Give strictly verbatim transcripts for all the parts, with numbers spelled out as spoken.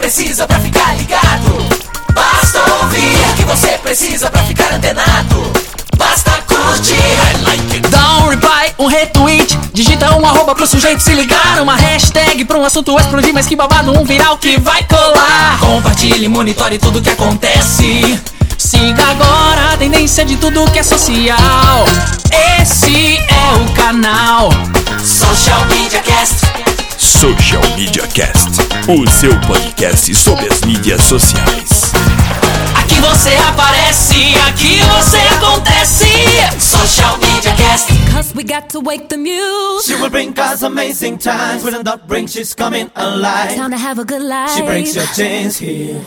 precisa pra ficar ligado. Basta ouvir o que você precisa pra ficar antenado. Basta curtir, I like it. Dá um reply, um retweet, digita um arroba pro sujeito se ligar. Uma hashtag pra um assunto explodir, mas que babado, um viral que vai colar. Compartilhe, monitore tudo que acontece. Siga agora a tendência de tudo que é social. Esse é o canal Social Media Cast. Social Media Cast, o seu podcast sobre as mídias sociais. Aqui você aparece, aqui você acontece. Social Media Cast. Cause we got to wake the muse. She will bring us amazing times. When the bring she's coming alive. Time to have a good life. She breaks your chains here.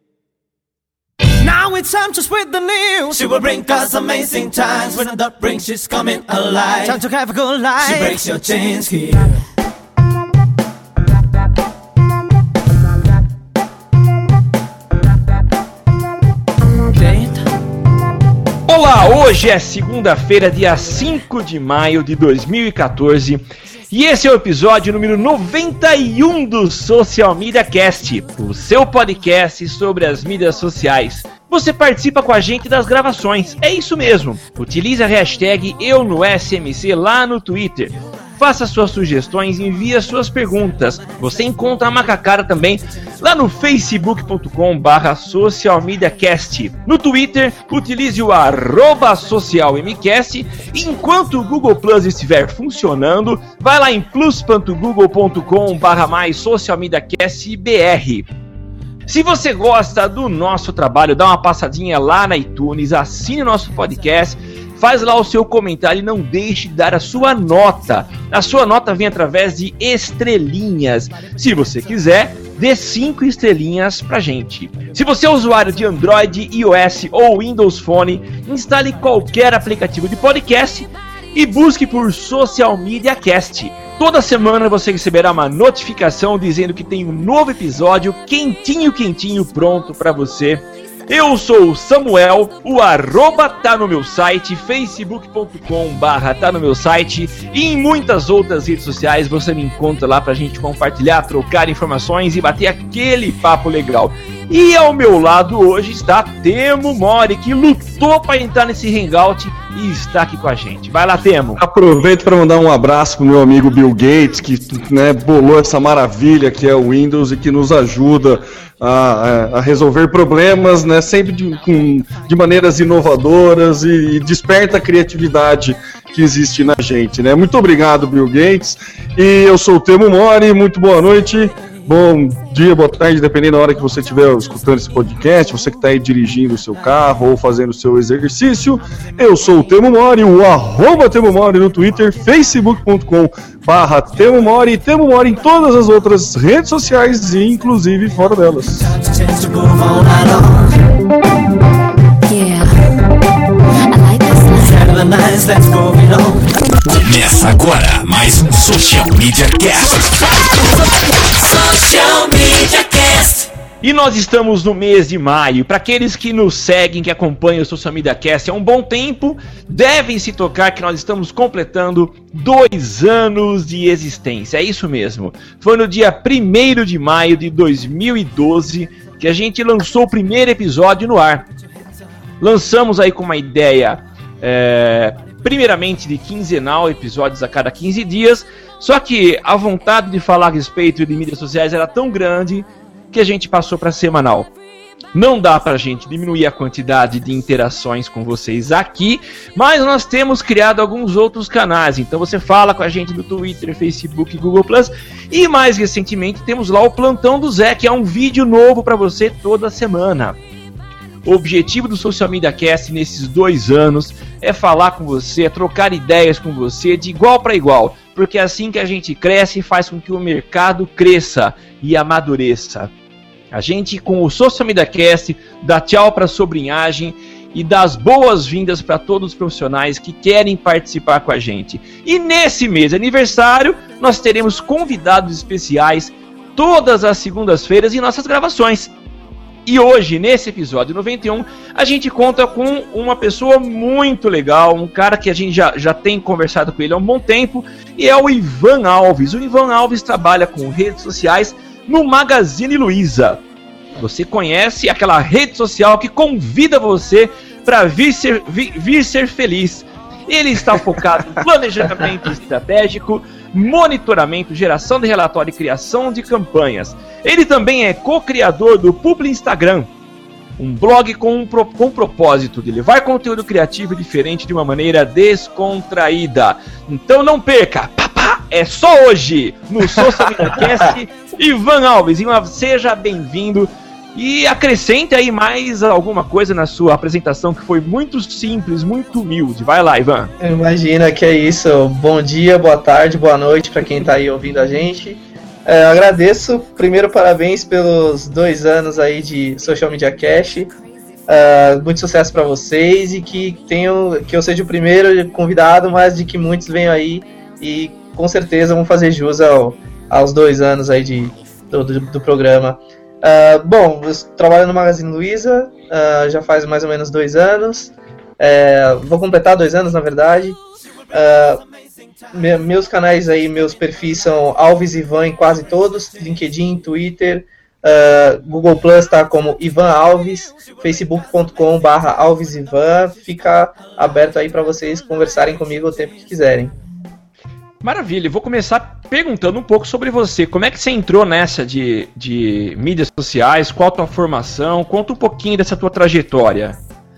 Now it's time to spread the news. She will bring us amazing times. When the bring she's coming alive. Time to have a good life. She breaks your chains here. Olá, hoje é segunda-feira, dia cinco de maio de dois mil e quatorze, e esse é o episódio número noventa e um do Social Media Cast, o seu podcast sobre as mídias sociais. Você participa com a gente das gravações, é isso mesmo. Utilize a hashtag Eu no S M C lá no Twitter. Faça suas sugestões e envie suas perguntas. Você encontra a Macacara também lá no facebook ponto com barra socialmediacast. No Twitter, utilize o arroba socialmcast. E enquanto o Google Plus estiver funcionando, vai lá em plus ponto google ponto com barra mais socialmediacastbr. Se você gosta do nosso trabalho, dá uma passadinha lá na iTunes, assine o nosso podcast, faz lá o seu comentário e não deixe de dar a sua nota. A sua nota vem através de estrelinhas. Se você quiser, dê cinco estrelinhas pra gente. Se você é usuário de Android, iOS ou Windows Phone, instale qualquer aplicativo de podcast e busque por Social Media Cast. Toda semana você receberá uma notificação dizendo que tem um novo episódio quentinho, quentinho, pronto pra você. Eu sou o Samuel, o arroba tá no meu site, facebook ponto com barra tá no meu site, e em muitas outras redes sociais você me encontra lá pra gente compartilhar, trocar informações e bater aquele papo legal. E ao meu lado hoje está Temo Mori, que lutou para entrar nesse hangout e está aqui com a gente. Vai lá, Temo. Aproveito para mandar um abraço pro meu amigo Bill Gates, que, né, bolou essa maravilha que é o Windows e que nos ajuda a, a resolver problemas, né, sempre de, com, de maneiras inovadoras e, e desperta a criatividade que existe na gente, né? Muito obrigado, Bill Gates. E eu sou o Temo Mori, muito boa noite. Bom dia, boa tarde, dependendo da hora que você estiver escutando esse podcast, você que está aí dirigindo o seu carro ou fazendo o seu exercício. Eu sou o Temo Mori, o arroba Temo Mori no Twitter, facebook ponto com barra Temo Mori, Temo Mori em todas as outras redes sociais, inclusive fora delas. Começa agora mais um Social Media Cast. Social Media Cast. E nós estamos no mês de maio. Para aqueles que nos seguem, que acompanham o Social Media Cast há um bom tempo, devem se tocar que nós estamos completando dois anos de existência. É isso mesmo. Foi no dia primeiro de maio de dois mil e doze que a gente lançou o primeiro episódio no ar. Lançamos aí com uma ideia, é, primeiramente de quinzenal, episódios a cada quinze dias, só que a vontade de falar a respeito de mídias sociais era tão grande que a gente passou para semanal. Não dá pra gente diminuir a quantidade de interações com vocês aqui, mas nós temos criado alguns outros canais, então você fala com a gente no Twitter, Facebook, Google Plus, e mais recentemente temos lá o Plantão do Zé, que é um vídeo novo para você toda semana. O objetivo do Social Media Cast nesses dois anos é falar com você, é trocar ideias com você de igual para igual, porque é assim que a gente cresce e faz com que o mercado cresça e amadureça. A gente, com o Social Media Cast, dá tchau para a sobrinhagem e dá as boas-vindas para todos os profissionais que querem participar com a gente. E nesse mês de aniversário, nós teremos convidados especiais todas as segundas-feiras em nossas gravações. E hoje, nesse episódio noventa e um, a gente conta com uma pessoa muito legal, um cara que a gente já, já tem conversado com ele há um bom tempo, e é o Ivan Alves. O Ivan Alves trabalha com redes sociais no Magazine Luiza. Você conhece aquela rede social que convida você para vir ser, vir, vir ser feliz. Ele está focado em planejamento estratégico, monitoramento, geração de relatório e criação de campanhas. Ele também é co-criador do Publi Instagram, um blog com um pro, com propósito de levar conteúdo criativo diferente de uma maneira descontraída. Então não perca, papá, é só hoje no Social Media Cast. Ivan Alves, Ivan, seja bem-vindo. E acrescente aí mais alguma coisa na sua apresentação, que foi muito simples, muito humilde. Vai lá, Ivan. Imagina que é isso. Bom dia, boa tarde, boa noite para quem está aí ouvindo a gente. É, agradeço, primeiro, parabéns pelos dois anos aí de Social Media Cast. Uh, muito sucesso para vocês e que, tenham, que eu seja o primeiro convidado, mas de que muitos venham aí e com certeza vão fazer jus ao, aos dois anos aí de, do, do, do programa. Uh, bom, eu trabalho no Magazine Luiza, uh, já faz mais ou menos dois anos, uh, vou completar dois anos na verdade. Uh, me, meus canais aí, meus perfis são Alves Ivan em quase todos, LinkedIn, Twitter, uh, Google Plus tá como Ivan Alves, facebook ponto com barra Alves Ivan, fica aberto aí para vocês conversarem comigo o tempo que quiserem. Maravilha, vou começar perguntando um pouco sobre você. Como é que você entrou nessa de, de mídias sociais? Qual a tua formação? Conta um pouquinho dessa tua trajetória.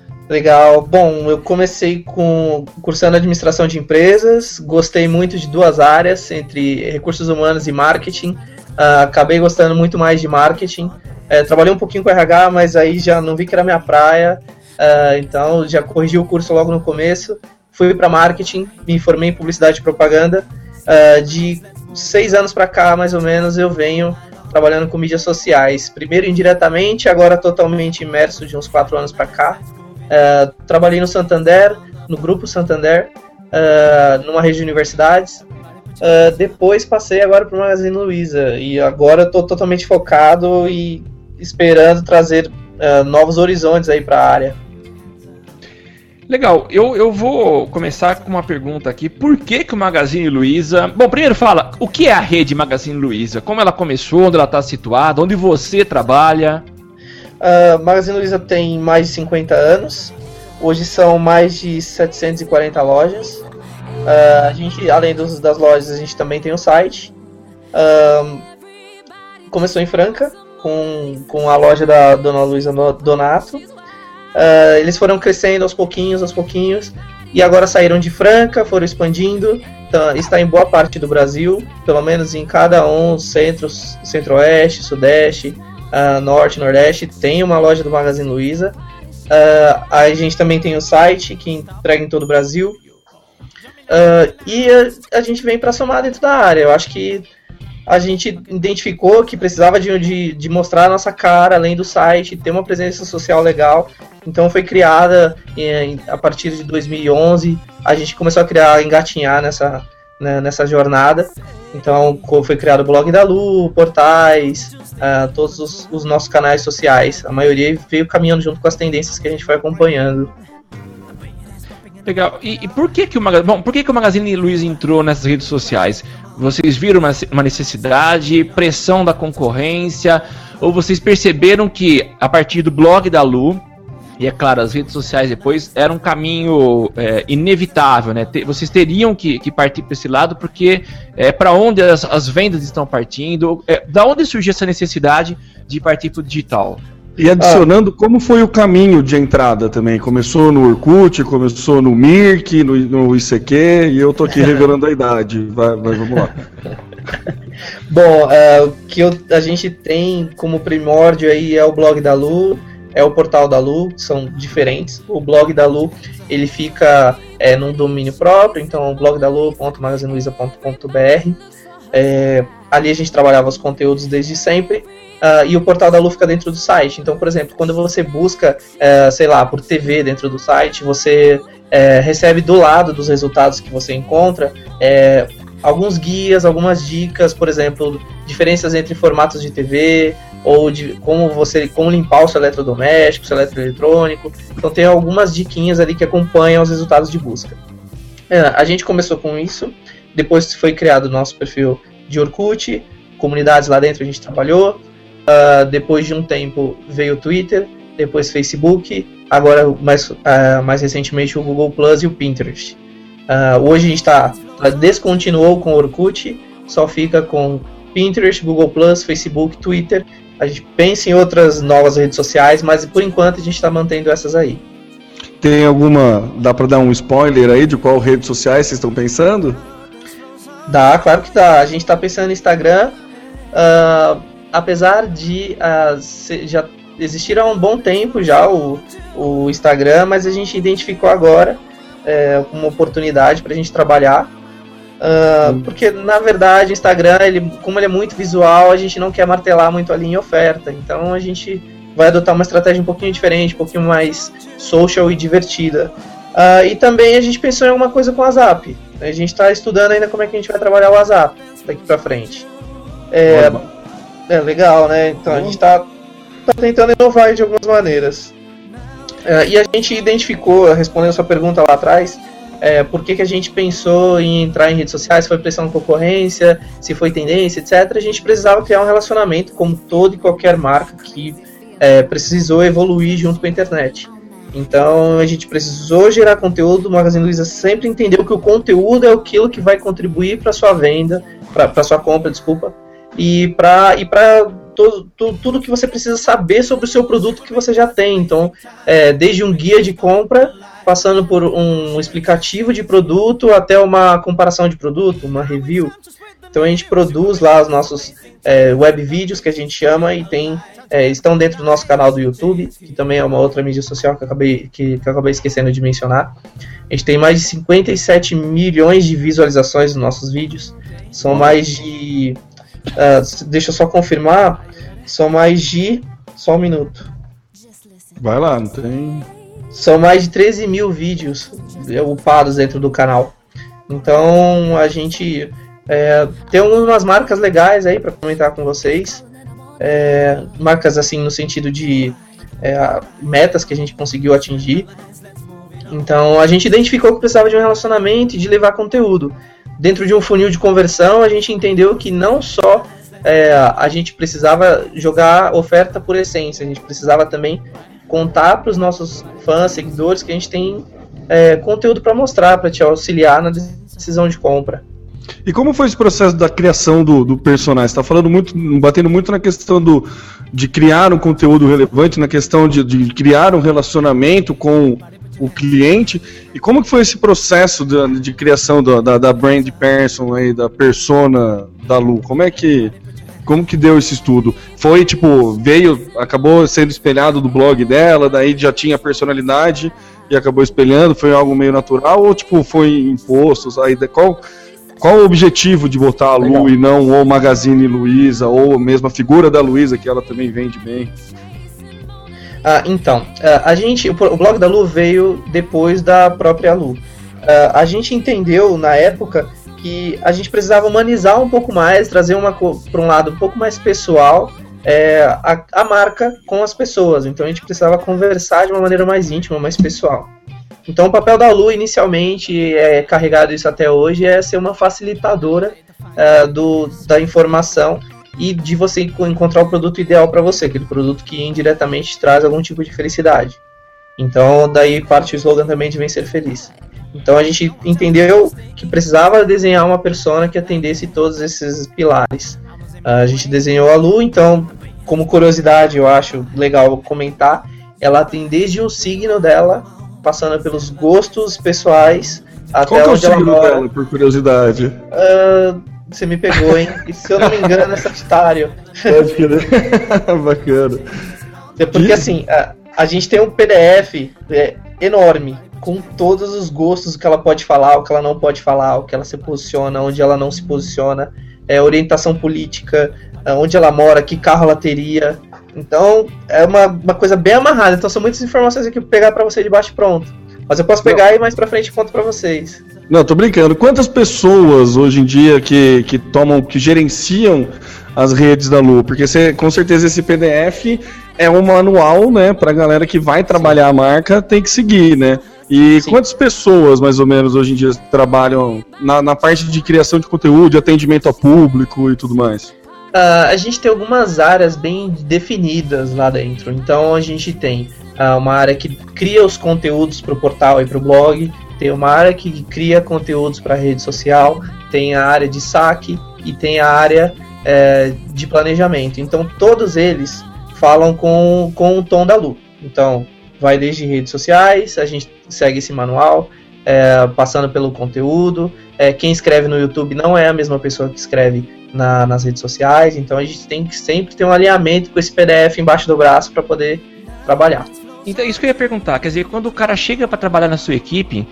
Legal. Bom, eu comecei com cursando administração de empresas, gostei muito de duas áreas, entre recursos humanos e marketing. Uh, acabei gostando muito mais de marketing. Uh, trabalhei um pouquinho com R H, mas aí já não vi que era minha praia, uh, então já corrigi o curso logo no começo. Fui para marketing, me formei em publicidade e propaganda. Uh, de seis anos para cá, mais ou menos, eu venho trabalhando com mídias sociais. Primeiro indiretamente, agora totalmente imerso de uns quatro anos para cá. Uh, trabalhei no Santander, no Grupo Santander, uh, numa rede de universidades. Uh, depois passei agora para o Magazine Luiza. E agora estou totalmente focado e esperando trazer uh, novos horizontes aí para a área. Legal, eu, eu vou começar com uma pergunta aqui. Por que que o Magazine Luiza... Bom, primeiro fala, o que é a rede Magazine Luiza? Como ela começou, onde ela está situada, onde você trabalha? A uh, Magazine Luiza tem mais de cinquenta anos. Hoje são mais de setecentas e quarenta lojas. Uh, a gente, além dos, das lojas, a gente também tem um site. Uh, começou em Franca, com, com a loja da Dona Luiza Donato. Uh, eles foram crescendo aos pouquinhos, aos pouquinhos, e agora saíram de Franca, foram expandindo, então, está em boa parte do Brasil, pelo menos em cada um, centro, centro-oeste, sudeste, uh, norte, nordeste, tem uma loja do Magazine Luiza. Uh, a gente também tem o site, que entrega em todo o Brasil, uh, e a, a gente vem para somar dentro da área. Eu acho que a gente identificou que precisava de, de, de mostrar a nossa cara, além do site, ter uma presença social legal. Então foi criada em, a partir de dois mil e onze, a gente começou a criar, engatinhar nessa, né, nessa jornada. Então foi criado o Blog da Lu, portais, uh, todos os, os nossos canais sociais. A maioria veio caminhando junto com as tendências que a gente foi acompanhando. Legal. E, e por que que o Magazine... Bom, por que que o Magazine Luiza entrou nessas redes sociais? Vocês viram uma, uma necessidade, pressão da concorrência, ou vocês perceberam que a partir do blog da Lu, e é claro, as redes sociais depois, era um caminho é, inevitável, né? Te, vocês teriam que, que partir para esse lado, porque é para onde as, as vendas estão partindo, é, da onde surgiu essa necessidade de partir para o digital? E adicionando, ah. como foi o caminho de entrada também? Começou no Orkut, começou no Mirk, no, no I C Q, e eu tô aqui revelando a idade. Vai, vai, vamos lá. Bom, uh, o que eu, a gente tem como primórdio aí é o blog da Lu, é o portal da Lu, são diferentes. O blog da Lu, ele fica é, num domínio próprio, então blog da lu ponto magazine luiza ponto com ponto b r. É, ali a gente trabalhava os conteúdos desde sempre. Uh, e o portal da Lu fica dentro do site. Então, por exemplo, quando você busca, uh, sei lá, por T V dentro do site, você uh, recebe do lado dos resultados que você encontra uh, alguns guias, algumas dicas, por exemplo, diferenças entre formatos de T V, ou de como você como limpar o seu eletrodoméstico, o seu eletroeletrônico. Então tem algumas diquinhas ali que acompanham os resultados de busca. Uh, a gente começou com isso, depois foi criado o nosso perfil de Orkut, comunidades lá dentro a gente trabalhou. Uh, depois de um tempo veio o Twitter, depois Facebook, agora mais, uh, mais recentemente o Google Plus e o Pinterest. Uh, hoje a gente tá, descontinuou com o Orkut, só fica com Pinterest, Google Plus, Facebook, Twitter. A gente pensa em outras novas redes sociais, mas por enquanto a gente está mantendo essas aí. Tem alguma... Dá para dar um spoiler aí de qual redes sociais vocês estão pensando? Dá, claro que dá. A gente está pensando no Instagram, uh, apesar de uh, se, já existir há um bom tempo já o, o Instagram, mas a gente identificou agora é, uma oportunidade para a gente trabalhar. Uh, porque na verdade o Instagram, ele, como ele é muito visual, a gente não quer martelar muito ali em oferta, então a gente vai adotar uma estratégia um pouquinho diferente, um pouquinho mais social e divertida. Uh, e também a gente pensou em alguma coisa com o WhatsApp. A gente está estudando ainda como é que a gente vai trabalhar o WhatsApp daqui pra frente. É, é legal, né? Então a gente está tá tentando inovar de algumas maneiras. Uh, e a gente identificou, respondendo a sua pergunta lá atrás, É, por que, que a gente pensou em entrar em redes sociais, se foi pressão de concorrência, se foi tendência, etcétera. A gente precisava criar um relacionamento, como toda e qualquer marca que é, precisou evoluir junto com a internet. Então a gente precisou gerar conteúdo, o Magazine Luiza sempre entendeu que o conteúdo é aquilo que vai contribuir para a sua venda, para a sua compra, desculpa, e para e para todo, tudo, tudo que você precisa saber sobre o seu produto que você já tem. Então, é, desde um guia de compra, passando por um explicativo de produto até uma comparação de produto, uma review. Então a gente produz lá os nossos é, web vídeos, que a gente chama, e tem, é, estão dentro do nosso canal do YouTube, que também é uma outra mídia social que eu acabei, que, que eu acabei esquecendo de mencionar. A gente tem mais de cinquenta e sete milhões de visualizações nos nossos vídeos. São mais de... Uh, deixa eu só confirmar, são mais de... Só um minuto. Vai lá, não tem... São mais de treze mil vídeos upados dentro do canal. Então a gente é, tem algumas marcas legais aí para comentar com vocês. É, marcas assim no sentido de é, metas que a gente conseguiu atingir. Então a gente identificou que precisava de um relacionamento e de levar conteúdo. Dentro de um funil de conversão, a gente entendeu que não só é, a gente precisava jogar oferta por essência, a gente precisava também contar para os nossos fãs, seguidores, que a gente tem é, conteúdo para mostrar, para te auxiliar na decisão de compra. E como foi esse processo da criação do, do personagem? Você está falando muito, batendo muito na questão do, de criar um conteúdo relevante, na questão de, de criar um relacionamento com o cliente. E como que foi esse processo de, de criação da, da, da brand person, aí, da persona da Lu? Como é que... Como que deu esse estudo? Foi, tipo, veio, acabou sendo espelhado do blog dela, daí já tinha personalidade e acabou espelhando, foi algo meio natural, ou, tipo, foi imposto? Aí, qual, qual o objetivo de botar a Lu Legal. E não o Magazine Luiza, ou mesmo a figura da Luiza, que ela também vende bem? Ah, então, a gente, o blog da Lu veio depois da própria Lu. A gente entendeu, na época, que a gente precisava humanizar um pouco mais, trazer uma para um lado um pouco mais pessoal é, a, a marca com as pessoas. Então a gente precisava conversar de uma maneira mais íntima, mais pessoal. Então o papel da Lu inicialmente, é carregado isso até hoje, é ser uma facilitadora é, do, da informação e de você encontrar o produto ideal para você, aquele produto que indiretamente traz algum tipo de felicidade. Então daí parte o slogan também de Vencer Feliz. Então a gente entendeu que precisava desenhar uma persona que atendesse todos esses pilares. A gente desenhou a Lu, então, como curiosidade, eu acho legal comentar, ela tem desde um signo dela, passando pelos gostos pessoais, até Qual que é o onde ela signo mora. dela, por curiosidade? Uh, você me pegou, hein? E se eu não me engano é Sagitário. Pode querer. Bacana. É porque assim, a, a gente tem um P D F é, enorme, com todos os gostos, o que ela pode falar, o que ela não pode falar, o que ela se posiciona, onde ela não se posiciona, é, orientação política, onde ela mora, que carro ela teria. Então, é uma, uma coisa bem amarrada. Então, são muitas informações aqui pra pegar pra você de baixo pronto. Mas eu posso pegar não. E mais pra frente conto pra vocês. Não, tô brincando. Quantas pessoas hoje em dia que, que tomam, que gerenciam as redes da Lu? Porque você, com certeza esse P D F é um manual, né, pra galera que vai trabalhar Sim. a marca, tem que seguir, né? E Sim. quantas pessoas, mais ou menos, hoje em dia trabalham na, na parte de criação de conteúdo, de atendimento ao público e tudo mais? Uh, a gente tem algumas áreas bem definidas lá dentro. Então a gente tem uh, uma área que cria os conteúdos para o portal e para o blog, tem uma área que cria conteúdos para a rede social, tem a área de saque e tem a área é, de planejamento. Então todos eles falam com, com o tom da Lu. Então vai desde redes sociais, a gente segue esse manual, é, passando pelo conteúdo. É, quem escreve no YouTube não é a mesma pessoa que escreve Na, nas redes sociais, então a gente tem que sempre ter um alinhamento com esse P D F embaixo do braço para poder trabalhar. Então, isso que eu ia perguntar, quer dizer, quando o cara chega para trabalhar na sua equipe,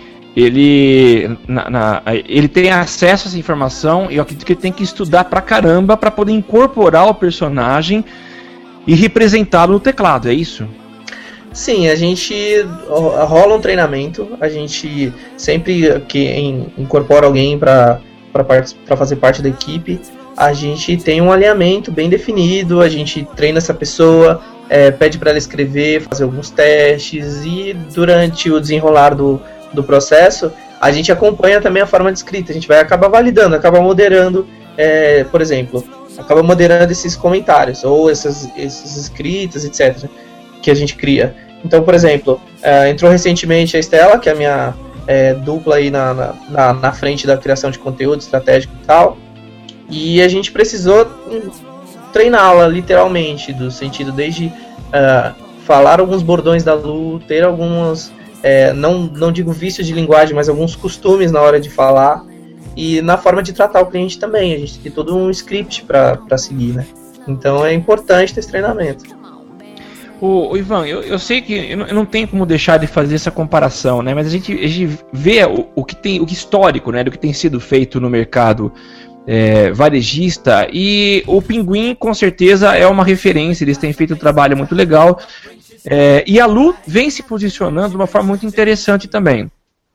ele, na, na, ele tem acesso a essa informação e eu acredito que ele tem que estudar pra caramba para poder incorporar o personagem e representá-lo no teclado, é isso? Sim, a gente rola um treinamento, a gente sempre que incorpora alguém para para fazer parte da equipe, a gente tem um alinhamento bem definido, a gente treina essa pessoa, é, pede para ela escrever, fazer alguns testes e durante o desenrolar do, do processo, a gente acompanha também a forma de escrita, a gente vai acabar validando, acaba moderando, é, por exemplo, acaba moderando esses comentários ou essas, essas escritas, etcétera, que a gente cria. Então, por exemplo, é, entrou recentemente a Estela, que é a minha é, dupla aí na, na, na frente da criação de conteúdo estratégico e tal, e a gente precisou treiná-la literalmente, do sentido desde uh, falar alguns bordões da Lu, ter alguns, é, não, não digo vícios de linguagem, mas alguns costumes na hora de falar, e na forma de tratar o cliente também. A gente tem todo um script para seguir, né? Então é importante ter esse treinamento. Ô, ô Ivan, eu, eu sei que eu não, eu não tenho como deixar de fazer essa comparação, né? Mas a gente, a gente vê o, o que tem, o que histórico, né, do que tem sido feito no mercado é, varejista, e o Pinguim com certeza é uma referência. Eles têm feito um trabalho muito legal, é, e a Lu vem se posicionando de uma forma muito interessante também.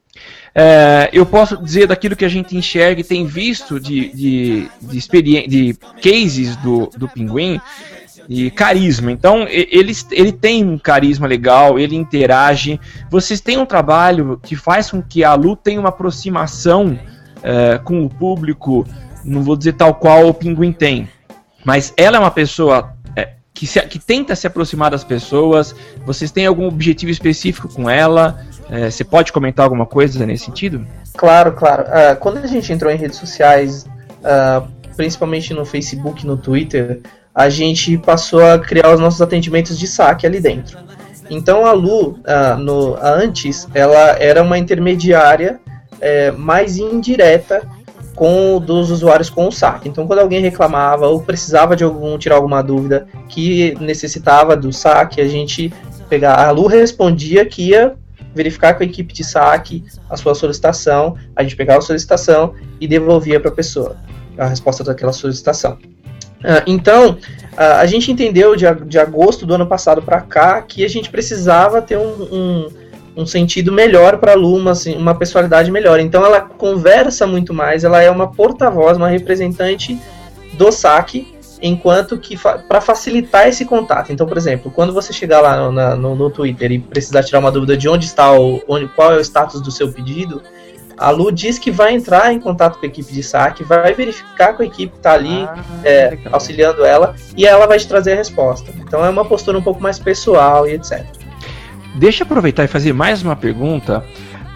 É, eu posso dizer daquilo que a gente enxerga e tem visto de, de, de, experi- de cases do, do Pinguim, e carisma. Então ele, ele tem um carisma legal, ele interage. Vocês têm um trabalho que faz com que a Lu tenha uma aproximação é, com o público, não vou dizer tal qual o Pinguim tem, mas ela é uma pessoa é, que, se, que tenta se aproximar das pessoas. Vocês têm algum objetivo específico com ela? É, você pode comentar alguma coisa nesse sentido? Claro, claro. Uh, quando a gente entrou em redes sociais, uh, principalmente no Facebook e no Twitter, a gente passou a criar os nossos atendimentos de saque ali dentro. Então a Lu, uh, no, antes, ela era uma intermediária é, mais indireta com dos usuários com o saque. Então quando alguém reclamava ou precisava de algum tirar alguma dúvida que necessitava do saque, a gente pegava, a Lu respondia que ia verificar com a equipe de saque a sua solicitação, a gente pegava a solicitação e devolvia para a pessoa a resposta daquela solicitação. Uh, então, uh, a gente entendeu de, de agosto do ano passado para cá que a gente precisava ter um, um, um sentido melhor para a Lu, uma, assim, uma personalidade melhor. Então ela conversa muito mais, ela é uma porta-voz, uma representante do saque, enquanto que fa- para facilitar esse contato. Então, por exemplo, quando você chegar lá no, na, no, no Twitter e precisar tirar uma dúvida de onde está o, onde, qual é o status do seu pedido, a Lu diz que vai entrar em contato com a equipe de saque, vai verificar com a equipe que está ali ah, é, auxiliando ela, e ela vai te trazer a resposta. Então é uma postura um pouco mais pessoal e etcétera. Deixa eu aproveitar e fazer mais uma pergunta.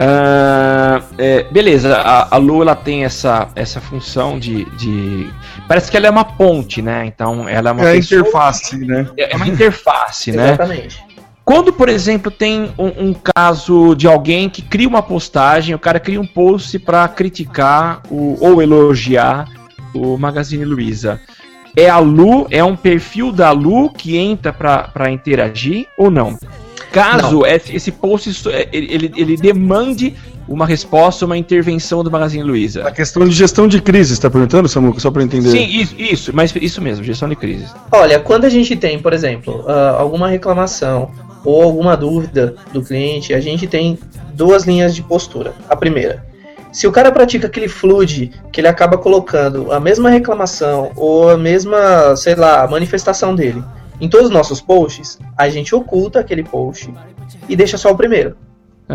Uh, é, beleza, a, a Lu ela tem essa, essa função de, de... Parece que ela é uma ponte, né? Então ela é uma é pessoa, interface, né? É uma interface, né? Exatamente. Quando, por exemplo, tem um, um caso de alguém que cria uma postagem, o cara cria um post para criticar o, ou elogiar o Magazine Luiza, é a Lu, é um perfil da Lu que entra para interagir ou não? Caso não. esse post ele, ele, ele demande uma resposta, uma intervenção do Magazine Luiza. A questão de gestão de crise, você está perguntando, Samuca, só para entender? Sim, isso, isso, mas isso mesmo, gestão de crise. Olha, quando a gente tem, por exemplo, uh, alguma reclamação ou alguma dúvida do cliente, a gente tem duas linhas de postura. A primeira, se o cara pratica aquele flood que ele acaba colocando a mesma reclamação ou a mesma, sei lá, manifestação dele em todos os nossos posts, a gente oculta aquele post e deixa só o primeiro. Ah.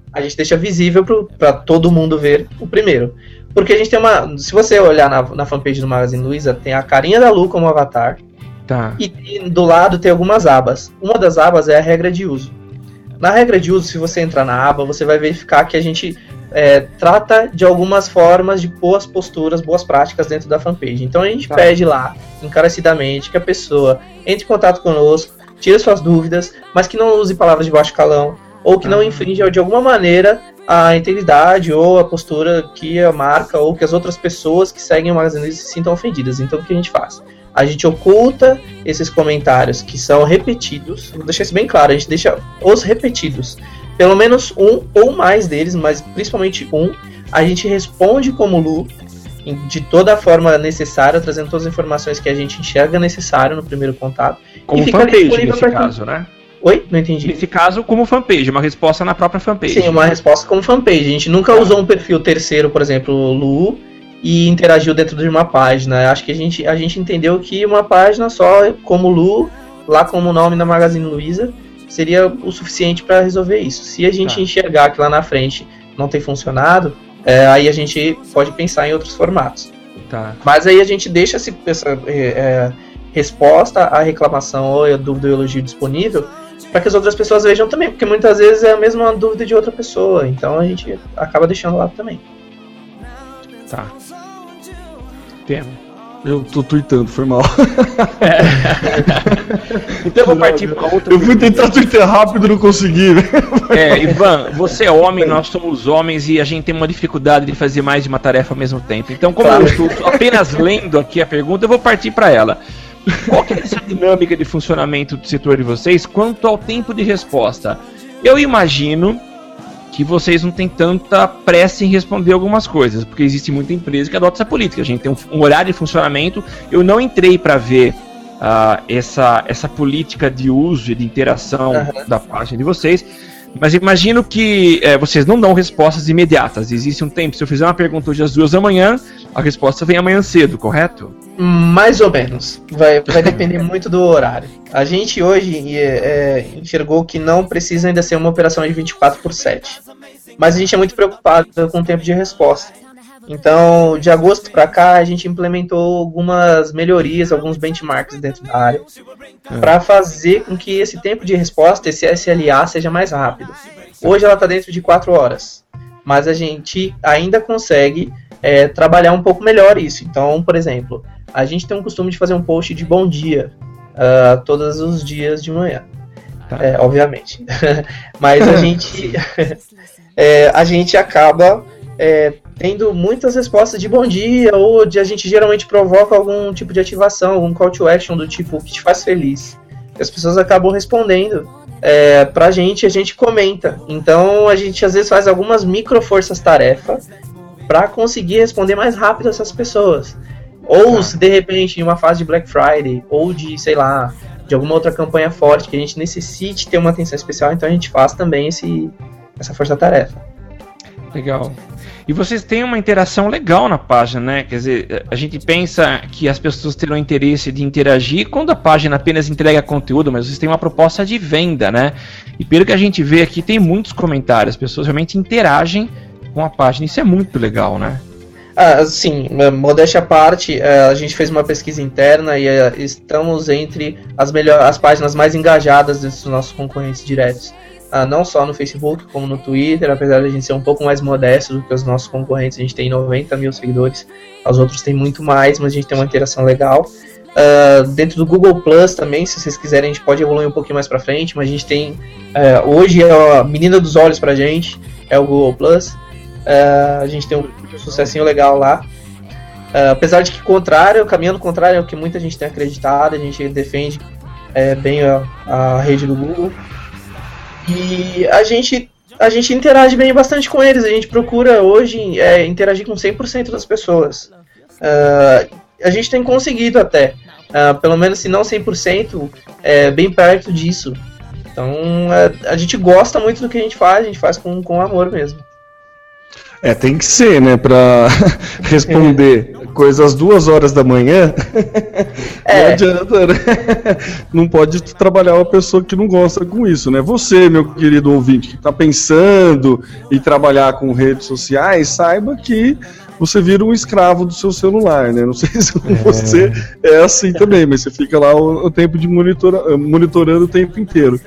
a gente deixa visível para todo mundo ver o primeiro. Porque a gente tem uma... Se você olhar na, na fanpage do Magazine Luiza, tem a carinha da Lu como avatar. Tá. E, e do lado tem algumas abas. Uma das abas é a regra de uso. Na regra de uso, se você entrar na aba, você vai verificar que a gente é, trata de algumas formas de boas posturas, boas práticas dentro da fanpage. Então a gente tá. pede lá, encarecidamente, que a pessoa entre em contato conosco, tire suas dúvidas, mas que não use palavras de baixo calão, ou que não infrinja de alguma maneira a integridade ou a postura que a marca ou que as outras pessoas que seguem o Magazine Luiza se sintam ofendidas. Então o que a gente faz? A gente oculta esses comentários que são repetidos, vou deixar isso bem claro, a gente deixa os repetidos, pelo menos um ou mais deles, mas principalmente um, a gente responde como Lu, de toda a forma necessária, trazendo todas as informações que a gente enxerga necessário no primeiro contato. Como fanpage nesse caso, né? Oi? Não entendi. Nesse caso, como fanpage, uma resposta na própria fanpage. Sim, uma resposta como fanpage. A gente nunca ah. usou um perfil terceiro, por exemplo, Lu, e interagiu dentro de uma página. Acho que a gente, a gente entendeu que uma página só, como Lu, lá como nome na Magazine Luiza, seria o suficiente para resolver isso. Se a gente tá. enxergar que lá na frente não tem funcionado, é, aí a gente pode pensar em outros formatos. Tá. Mas aí a gente deixa essa, essa é, resposta à reclamação ou a dúvida ou elogio disponível para que as outras pessoas vejam também, porque muitas vezes é a mesma dúvida de outra pessoa, então a gente acaba deixando lá também. Tá. Temo. Eu tô tweetando, foi mal. É. Então eu vou partir para outra. Eu fui tentar tweetar rápido, não consegui. Né? É, Ivan, você é homem, nós somos homens e a gente tem uma dificuldade de fazer mais de uma tarefa ao mesmo tempo. Então, como claro. eu estou apenas lendo aqui a pergunta, eu vou partir para ela. Qual que é essa dinâmica de funcionamento do setor de vocês quanto ao tempo de resposta? Eu imagino que vocês não têm tanta pressa em responder algumas coisas, porque existe muita empresa que adota essa política. A gente tem um, um horário de funcionamento. Eu não entrei para ver uh, essa, essa política de uso e de interação uhum. da página de vocês, mas imagino que é, vocês não dão respostas imediatas. Existe um tempo. Se eu fizer uma pergunta hoje às duas da manhã, a resposta vem amanhã cedo, correto? Mais ou menos. Vai, vai depender muito do horário. A gente hoje é, é, enxergou que não precisa ainda ser uma operação de vinte e quatro por sete. Mas a gente é muito preocupado com o tempo de resposta. Então, de agosto para cá, a gente implementou algumas melhorias, alguns benchmarks dentro da área, é. para fazer com que esse tempo de resposta, esse S L A, seja mais rápido. Hoje ela está dentro de quatro horas, mas a gente ainda consegue é, trabalhar um pouco melhor isso. Então, por exemplo, a gente tem um costume de fazer um post de bom dia uh, todos os dias de manhã, tá. é, obviamente. Mas a gente, é, a gente acaba é, tendo muitas respostas de bom dia, ou de, a gente geralmente provoca algum tipo de ativação, algum call to action do tipo, o que te faz feliz. E as pessoas acabam respondendo é, pra gente, a gente comenta. Então a gente às vezes faz algumas micro forças-tarefa para conseguir responder mais rápido essas pessoas. Ou se de repente em uma fase de Black Friday, ou de, sei lá, de alguma outra campanha forte que a gente necessite ter uma atenção especial, então a gente faz também esse, essa força-tarefa. Legal. E vocês têm uma interação legal na página, né? Quer dizer, a gente pensa que as pessoas terão interesse de interagir quando a página apenas entrega conteúdo, mas vocês têm uma proposta de venda, né? E pelo que a gente vê aqui, tem muitos comentários, as pessoas realmente interagem com a página, isso é muito legal, né? Ah, sim, modéstia à parte, a gente fez uma pesquisa interna e estamos entre as, melhor, as páginas mais engajadas dos nossos concorrentes diretos. Ah, não só no Facebook, como no Twitter, apesar de a gente ser um pouco mais modesto do que os nossos concorrentes, a gente tem noventa mil seguidores, os outros têm muito mais, mas a gente tem uma interação legal. Uh, dentro do Google Plus também, se vocês quiserem, a gente pode evoluir um pouquinho mais pra frente, mas a gente tem, uh, hoje é a menina dos olhos pra gente, é o Google Plus. Uh, a gente tem um, um sucessinho legal lá. Uh, apesar de que contrário, caminhando contrário é o que muita gente tem acreditado, a gente defende é, bem a, a rede do Google. E a gente, a gente interage bem bastante com eles, a gente procura hoje é, interagir com cem por cento das pessoas. Uh, a gente tem conseguido até, uh, pelo menos se não cem por cento, é, bem perto disso. Então a, a gente gosta muito do que a gente faz, a gente faz com, com amor mesmo. É, tem que ser, né, pra responder coisas às duas horas da manhã, é. Não adianta, né? Não pode trabalhar uma pessoa que não gosta com isso, né? Você, meu querido ouvinte, que tá pensando em trabalhar com redes sociais, saiba que você vira um escravo do seu celular, né? Não sei se é. Você é assim também, mas você fica lá o, o tempo de monitora, monitorando o tempo inteiro.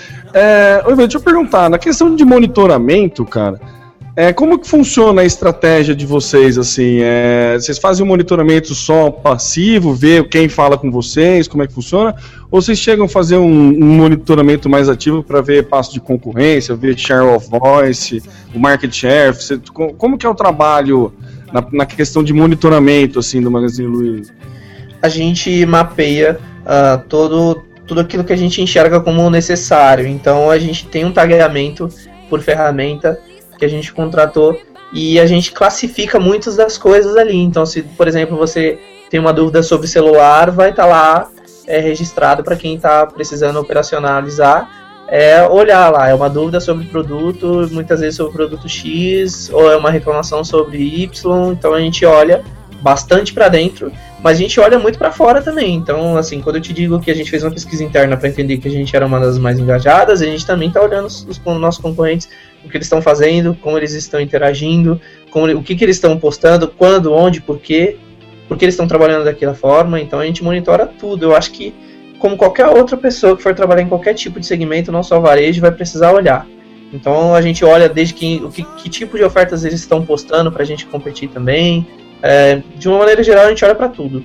É, deixa eu perguntar, na questão de monitoramento, cara, É, como que funciona a estratégia de vocês, assim? É, vocês fazem um monitoramento só passivo, ver quem fala com vocês, como é que funciona? Ou vocês chegam a fazer um, um monitoramento mais ativo para ver passo de concorrência, ver share of voice, o market share? Você, como que é o trabalho na, na questão de monitoramento, assim, do Magazine Luiza? A gente mapeia uh, todo, tudo aquilo que a gente enxerga como necessário. Então, a gente tem um tagueamento por ferramenta que a gente contratou e a gente classifica muitas das coisas ali. Então, se, por exemplo, você tem uma dúvida sobre celular, vai estar tá lá é, registrado para quem está precisando operacionalizar, é, olhar lá, é uma dúvida sobre produto, muitas vezes sobre o produto X, ou é uma reclamação sobre Y, então a gente olha bastante para dentro, mas a gente olha muito para fora também. Então, assim, quando eu te digo que a gente fez uma pesquisa interna para entender que a gente era uma das mais engajadas, a gente também está olhando os, os nossos concorrentes, o que eles estão fazendo, como eles estão interagindo, como, o que, que eles estão postando, quando, onde, por quê, por que eles estão trabalhando daquela forma. Então a gente monitora tudo. Eu acho que, como qualquer outra pessoa que for trabalhar em qualquer tipo de segmento, não só varejo, vai precisar olhar. Então a gente olha desde que, o que, que tipo de ofertas eles estão postando para a gente competir também. É, de uma maneira geral, a gente olha para tudo.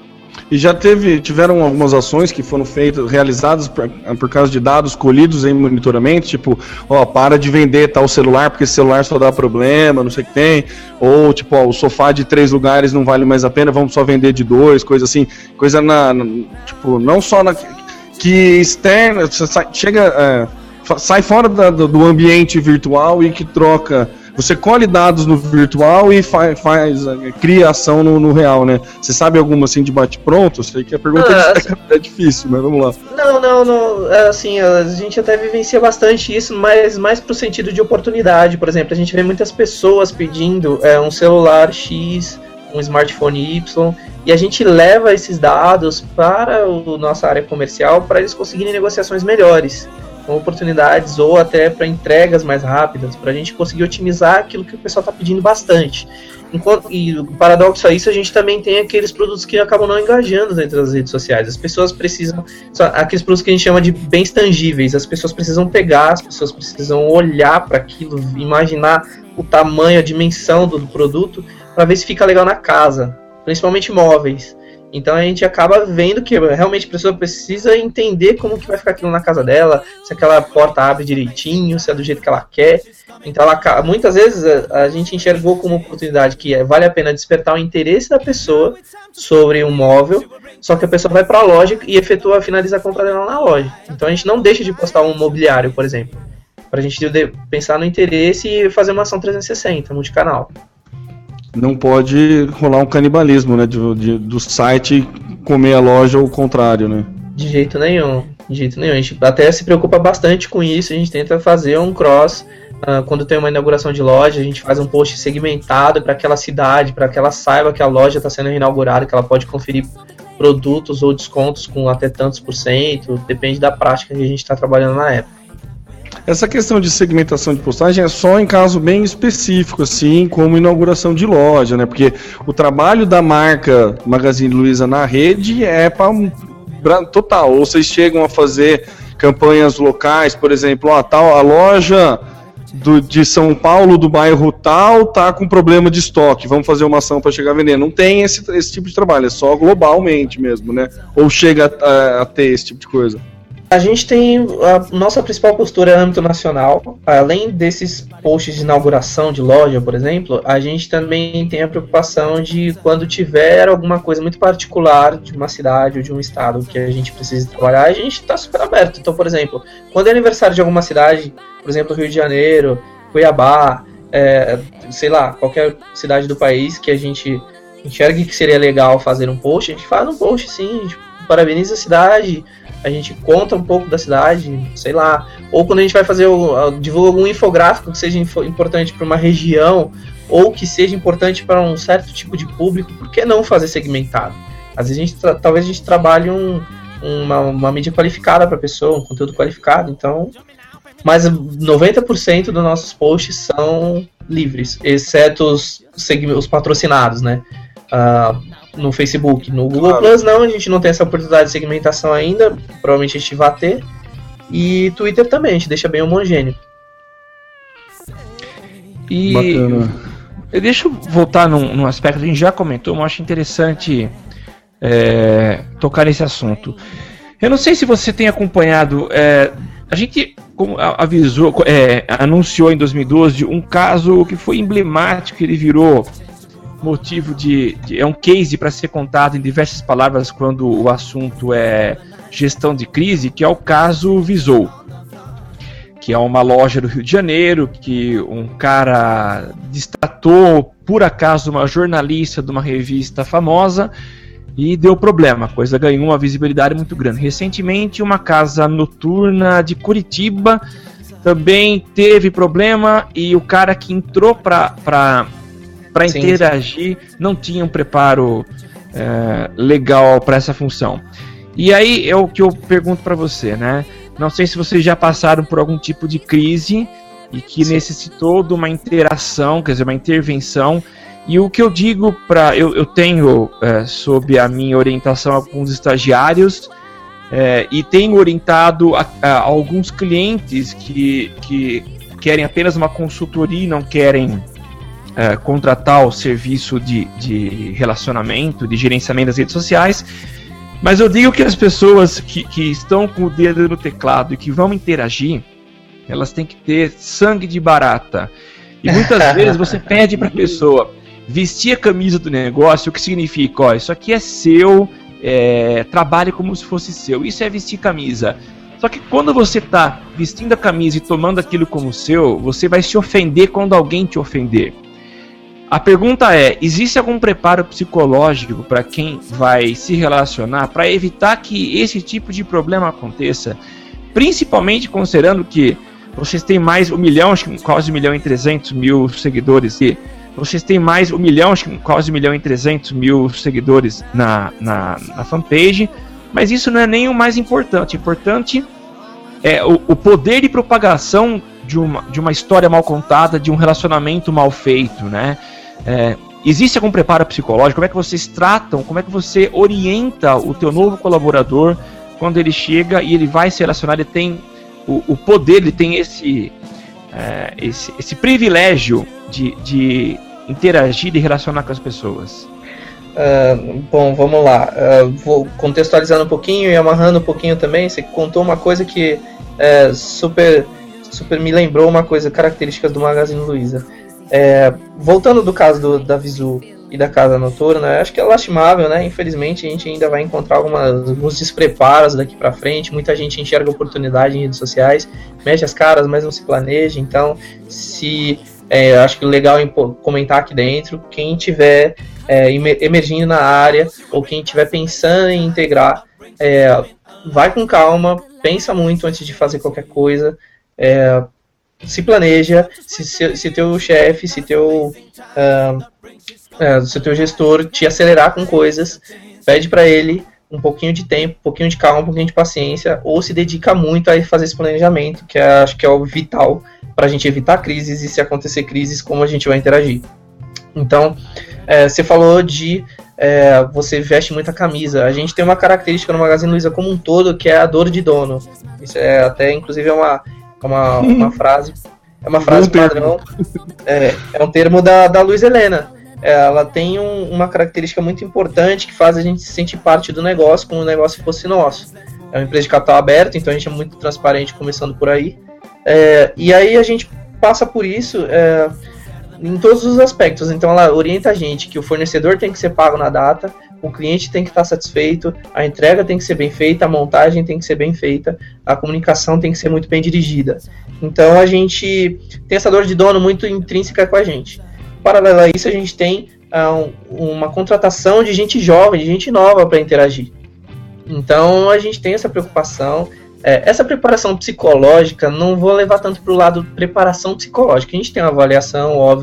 E já teve, tiveram algumas ações que foram feitas, realizadas por, por causa de dados colhidos em monitoramento, tipo, ó, para de vender tal celular, porque esse celular só dá problema, não sei o que tem, ou tipo, ó, o sofá de três lugares não vale mais a pena, vamos só vender de dois, coisa assim, coisa na, na tipo, não só na, que externa, chega, é, sai fora da, do ambiente virtual e que troca. Você colhe dados no virtual e faz, faz cria ação no, no real, né? Você sabe alguma assim de bate-pronto? Eu sei que a pergunta ah, é, é difícil, mas vamos lá. Não, não, não. Assim, a gente até vivencia bastante isso, mas mais pro sentido de oportunidade. Por exemplo, a gente vê muitas pessoas pedindo é, um celular X, um smartphone Y, e a gente leva esses dados para a nossa área comercial para eles conseguirem negociações melhores, com oportunidades ou até para entregas mais rápidas, para a gente conseguir otimizar aquilo que o pessoal está pedindo bastante. Enquanto, e o paradoxo a isso, a gente também tem aqueles produtos que acabam não engajando dentro das redes sociais. As pessoas precisam, aqueles produtos que a gente chama de bens tangíveis, as pessoas precisam pegar, as pessoas precisam olhar para aquilo, imaginar o tamanho, a dimensão do, do produto, para ver se fica legal na casa, principalmente móveis. Então a gente acaba vendo que realmente a pessoa precisa entender como que vai ficar aquilo na casa dela, se aquela porta abre direitinho, se é do jeito que ela quer. Então ela, muitas vezes a, a gente enxergou como oportunidade que é, vale a pena despertar o interesse da pessoa sobre um móvel, só que a pessoa vai para a loja e efetua, finaliza a compra dela na loja. Então a gente não deixa de postar um mobiliário, por exemplo, para a gente pensar no interesse e fazer uma ação trezentos e sessenta, multicanal. Não pode rolar um canibalismo, né, de, de, do site comer a loja ou o contrário, né? De jeito nenhum, de jeito nenhum. A gente até se preocupa bastante com isso, a gente tenta fazer um cross, uh, quando tem uma inauguração de loja, a gente faz um post segmentado para aquela cidade, para que ela saiba que a loja está sendo inaugurada, que ela pode conferir produtos ou descontos com até tantos por cento, depende da prática que a gente está trabalhando na época. Essa questão de segmentação de postagem é só em caso bem específico, assim, como inauguração de loja, né? Porque o trabalho da marca Magazine Luiza na rede é para total. Ou vocês chegam a fazer campanhas locais, por exemplo, ó, tal, a loja do, de São Paulo, do bairro tal, tá com problema de estoque, vamos fazer uma ação para chegar a vender. Não tem esse, esse tipo de trabalho, é só globalmente mesmo, né? Ou chega a, a ter esse tipo de coisa. A gente tem a nossa principal postura é âmbito nacional. Além desses posts de inauguração de loja, por exemplo, a gente também tem a preocupação de quando tiver alguma coisa muito particular de uma cidade ou de um estado que a gente precisa trabalhar, a gente está super aberto. Então, por exemplo, quando é aniversário de alguma cidade, por exemplo, Rio de Janeiro, Cuiabá, é, sei lá, qualquer cidade do país que a gente enxergue que seria legal fazer um post, a gente faz um post sim, a gente parabeniza a cidade, a gente conta um pouco da cidade, sei lá, ou quando a gente vai fazer, divulga algum infográfico que seja importante para uma região, ou que seja importante para um certo tipo de público, por que não fazer segmentado? Às vezes a gente tra- talvez a gente trabalhe um, uma, uma mídia qualificada para a pessoa, um conteúdo qualificado, então... Mas noventa por cento dos nossos posts são livres, exceto os, os patrocinados, né? Uh, no Facebook. No Google claro. Plus não, a gente não tem essa oportunidade de segmentação ainda, provavelmente a gente vai ter. E Twitter também, a gente deixa bem homogêneo. E bacana. Deixa eu voltar num, num aspecto que a gente já comentou, mas eu acho interessante é, tocar nesse assunto. Eu não sei se você tem acompanhado, é, a gente como avisou, é, anunciou em dois mil e doze um caso que foi emblemático, ele virou motivo de, de é um case para ser contado em diversas palavras quando o assunto é gestão de crise, que é o caso Visou, que é uma loja do Rio de Janeiro, que um cara destratou por acaso uma jornalista de uma revista famosa e deu problema, a coisa ganhou uma visibilidade muito grande. Recentemente, uma casa noturna de Curitiba também teve problema e o cara que entrou para para interagir não tinha um preparo é, legal para essa função. E aí é o que eu pergunto para você, né? Não sei se vocês já passaram por algum tipo de crise e que sim, necessitou de uma interação, quer dizer, uma intervenção. E o que eu digo para... Eu, eu tenho, é, sob a minha orientação, alguns estagiários é, e tenho orientado a, a alguns clientes que, que querem apenas uma consultoria e não querem é, contratar o serviço de, de relacionamento, de gerenciamento das redes sociais. Mas eu digo que as pessoas que, que estão com o dedo no teclado e que vão interagir, elas têm que ter sangue de barata. E muitas vezes você pede para a pessoa vestir a camisa do negócio, o que significa, ó, isso aqui é seu, é, trabalhe como se fosse seu, isso é vestir camisa. Só que quando você está vestindo a camisa e tomando aquilo como seu, você vai se ofender quando alguém te ofender. A pergunta é, existe algum preparo psicológico para quem vai se relacionar para evitar que esse tipo de problema aconteça? Principalmente considerando que vocês têm mais um milhão, acho que quase um milhão e trezentos mil seguidores e vocês têm mais um milhão, acho que quase um milhão e trezentos mil seguidores na, na, na fanpage, mas isso não é nem o mais importante. O importante é o, o poder de propagação de uma, de uma história mal contada, de um relacionamento mal feito, né? É, existe algum preparo psicológico? Como é que vocês tratam, como é que você orienta o teu novo colaborador quando ele chega e ele vai se relacionar, ele tem o, o poder, ele tem esse, é, esse, esse privilégio de, de interagir e relacionar com as pessoas? Uh, bom, vamos lá. Uh, vou contextualizando um pouquinho e amarrando um pouquinho também. Você contou uma coisa que é, super, super me lembrou uma coisa, características do Magazine Luiza. É, voltando do caso do, da Visu e da Casa Noturna, acho que é lastimável, né? Infelizmente a gente ainda vai encontrar algumas, alguns despreparos daqui pra frente. Muita gente enxerga oportunidade em redes sociais, mexe as caras, mas não se planeja. Então, se é, acho que o legal é comentar aqui dentro, quem tiver é, emergindo na área ou quem estiver pensando em integrar, é, vai com calma, pensa muito antes de fazer qualquer coisa, é, se planeja, se, se, se teu chefe, se teu, uh, uh, se teu gestor te acelerar com coisas, pede para ele um pouquinho de tempo, um pouquinho de calma, um pouquinho de paciência, ou se dedica muito a fazer esse planejamento, que é, acho que é o vital para a gente evitar crises e, se acontecer crises, como a gente vai interagir. Então, é, você falou de é, você veste muita camisa. A gente tem uma característica no Magazine Luiza como um todo, que é a dor de dono. Isso é até, inclusive, é uma, uma, uma frase, é uma frase padrão, é, é um termo da, da Luiza Helena. Ela tem um, uma característica muito importante que faz a gente se sentir parte do negócio, como o negócio fosse nosso. É uma empresa de capital aberto, então a gente é muito transparente, começando por aí. É, e aí a gente passa por isso é, em todos os aspectos. Então ela orienta a gente que o fornecedor tem que ser pago na data, o cliente tem que estar satisfeito, a entrega tem que ser bem feita, a montagem tem que ser bem feita, a comunicação tem que ser muito bem dirigida. Então a gente tem essa dor de dono muito intrínseca com a gente. Paralelo a isso, a gente tem uh, uma contratação de gente jovem, de gente nova para interagir. Então a gente tem essa preocupação. É, essa preparação psicológica, não vou levar tanto para o lado de preparação psicológica. A gente tem uma avaliação óbvia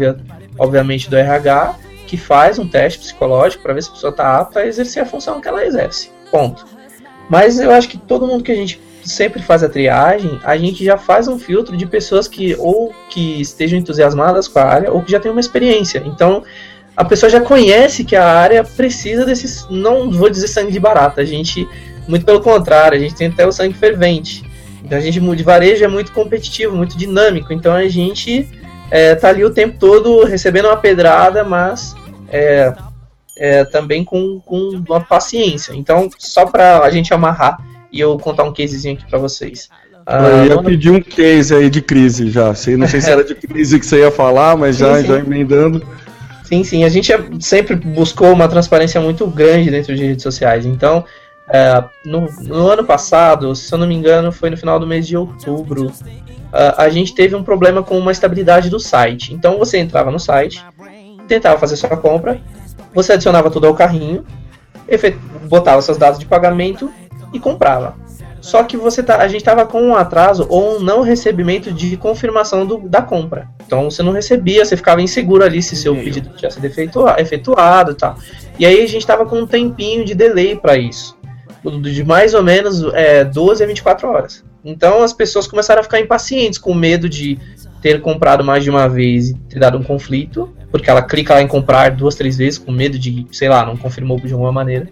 obviamente, do R H, que faz um teste psicológico para ver se a pessoa está apta a exercer a função que ela exerce. Ponto. Mas eu acho que todo mundo que a gente sempre faz a triagem, a gente já faz um filtro de pessoas que ou que estejam entusiasmadas com a área ou que já têm uma experiência. Então, a pessoa já conhece que a área precisa desses, não vou dizer sangue de barata, a gente, muito pelo contrário, a gente tem até o sangue fervente. Então, a gente de varejo é muito competitivo, muito dinâmico, então a gente é, tá ali o tempo todo recebendo uma pedrada, mas é, é, também com, com uma paciência. Então, só para a gente amarrar e eu contar um casezinho aqui para vocês. Ah, eu ia pedir um case aí de crise já. Não sei se era de crise que você ia falar, mas sim, já, sim. já emendando. Sim, sim. A gente sempre buscou uma transparência muito grande dentro de redes sociais. Então, é, no, no ano passado, se eu não me engano, foi no final do mês de outubro, a, a gente teve um problema com uma estabilidade do site. Então, você entrava no site, tentava fazer sua compra, você adicionava tudo ao carrinho, efet- botava seus dados de pagamento e comprava. Só que você tá, a gente estava com um atraso ou um não recebimento de confirmação do, da compra. Então você não recebia, você ficava inseguro ali se seu pedido tinha sido efetuado, efetuado e tal. E aí a gente estava com um tempinho de delay para isso, de mais ou menos é, doze a vinte e quatro horas. Então as pessoas começaram a ficar impacientes, com medo de ter comprado mais de uma vez e ter dado um conflito, porque ela clica lá em comprar duas, três vezes com medo de, sei lá, não confirmou de alguma maneira.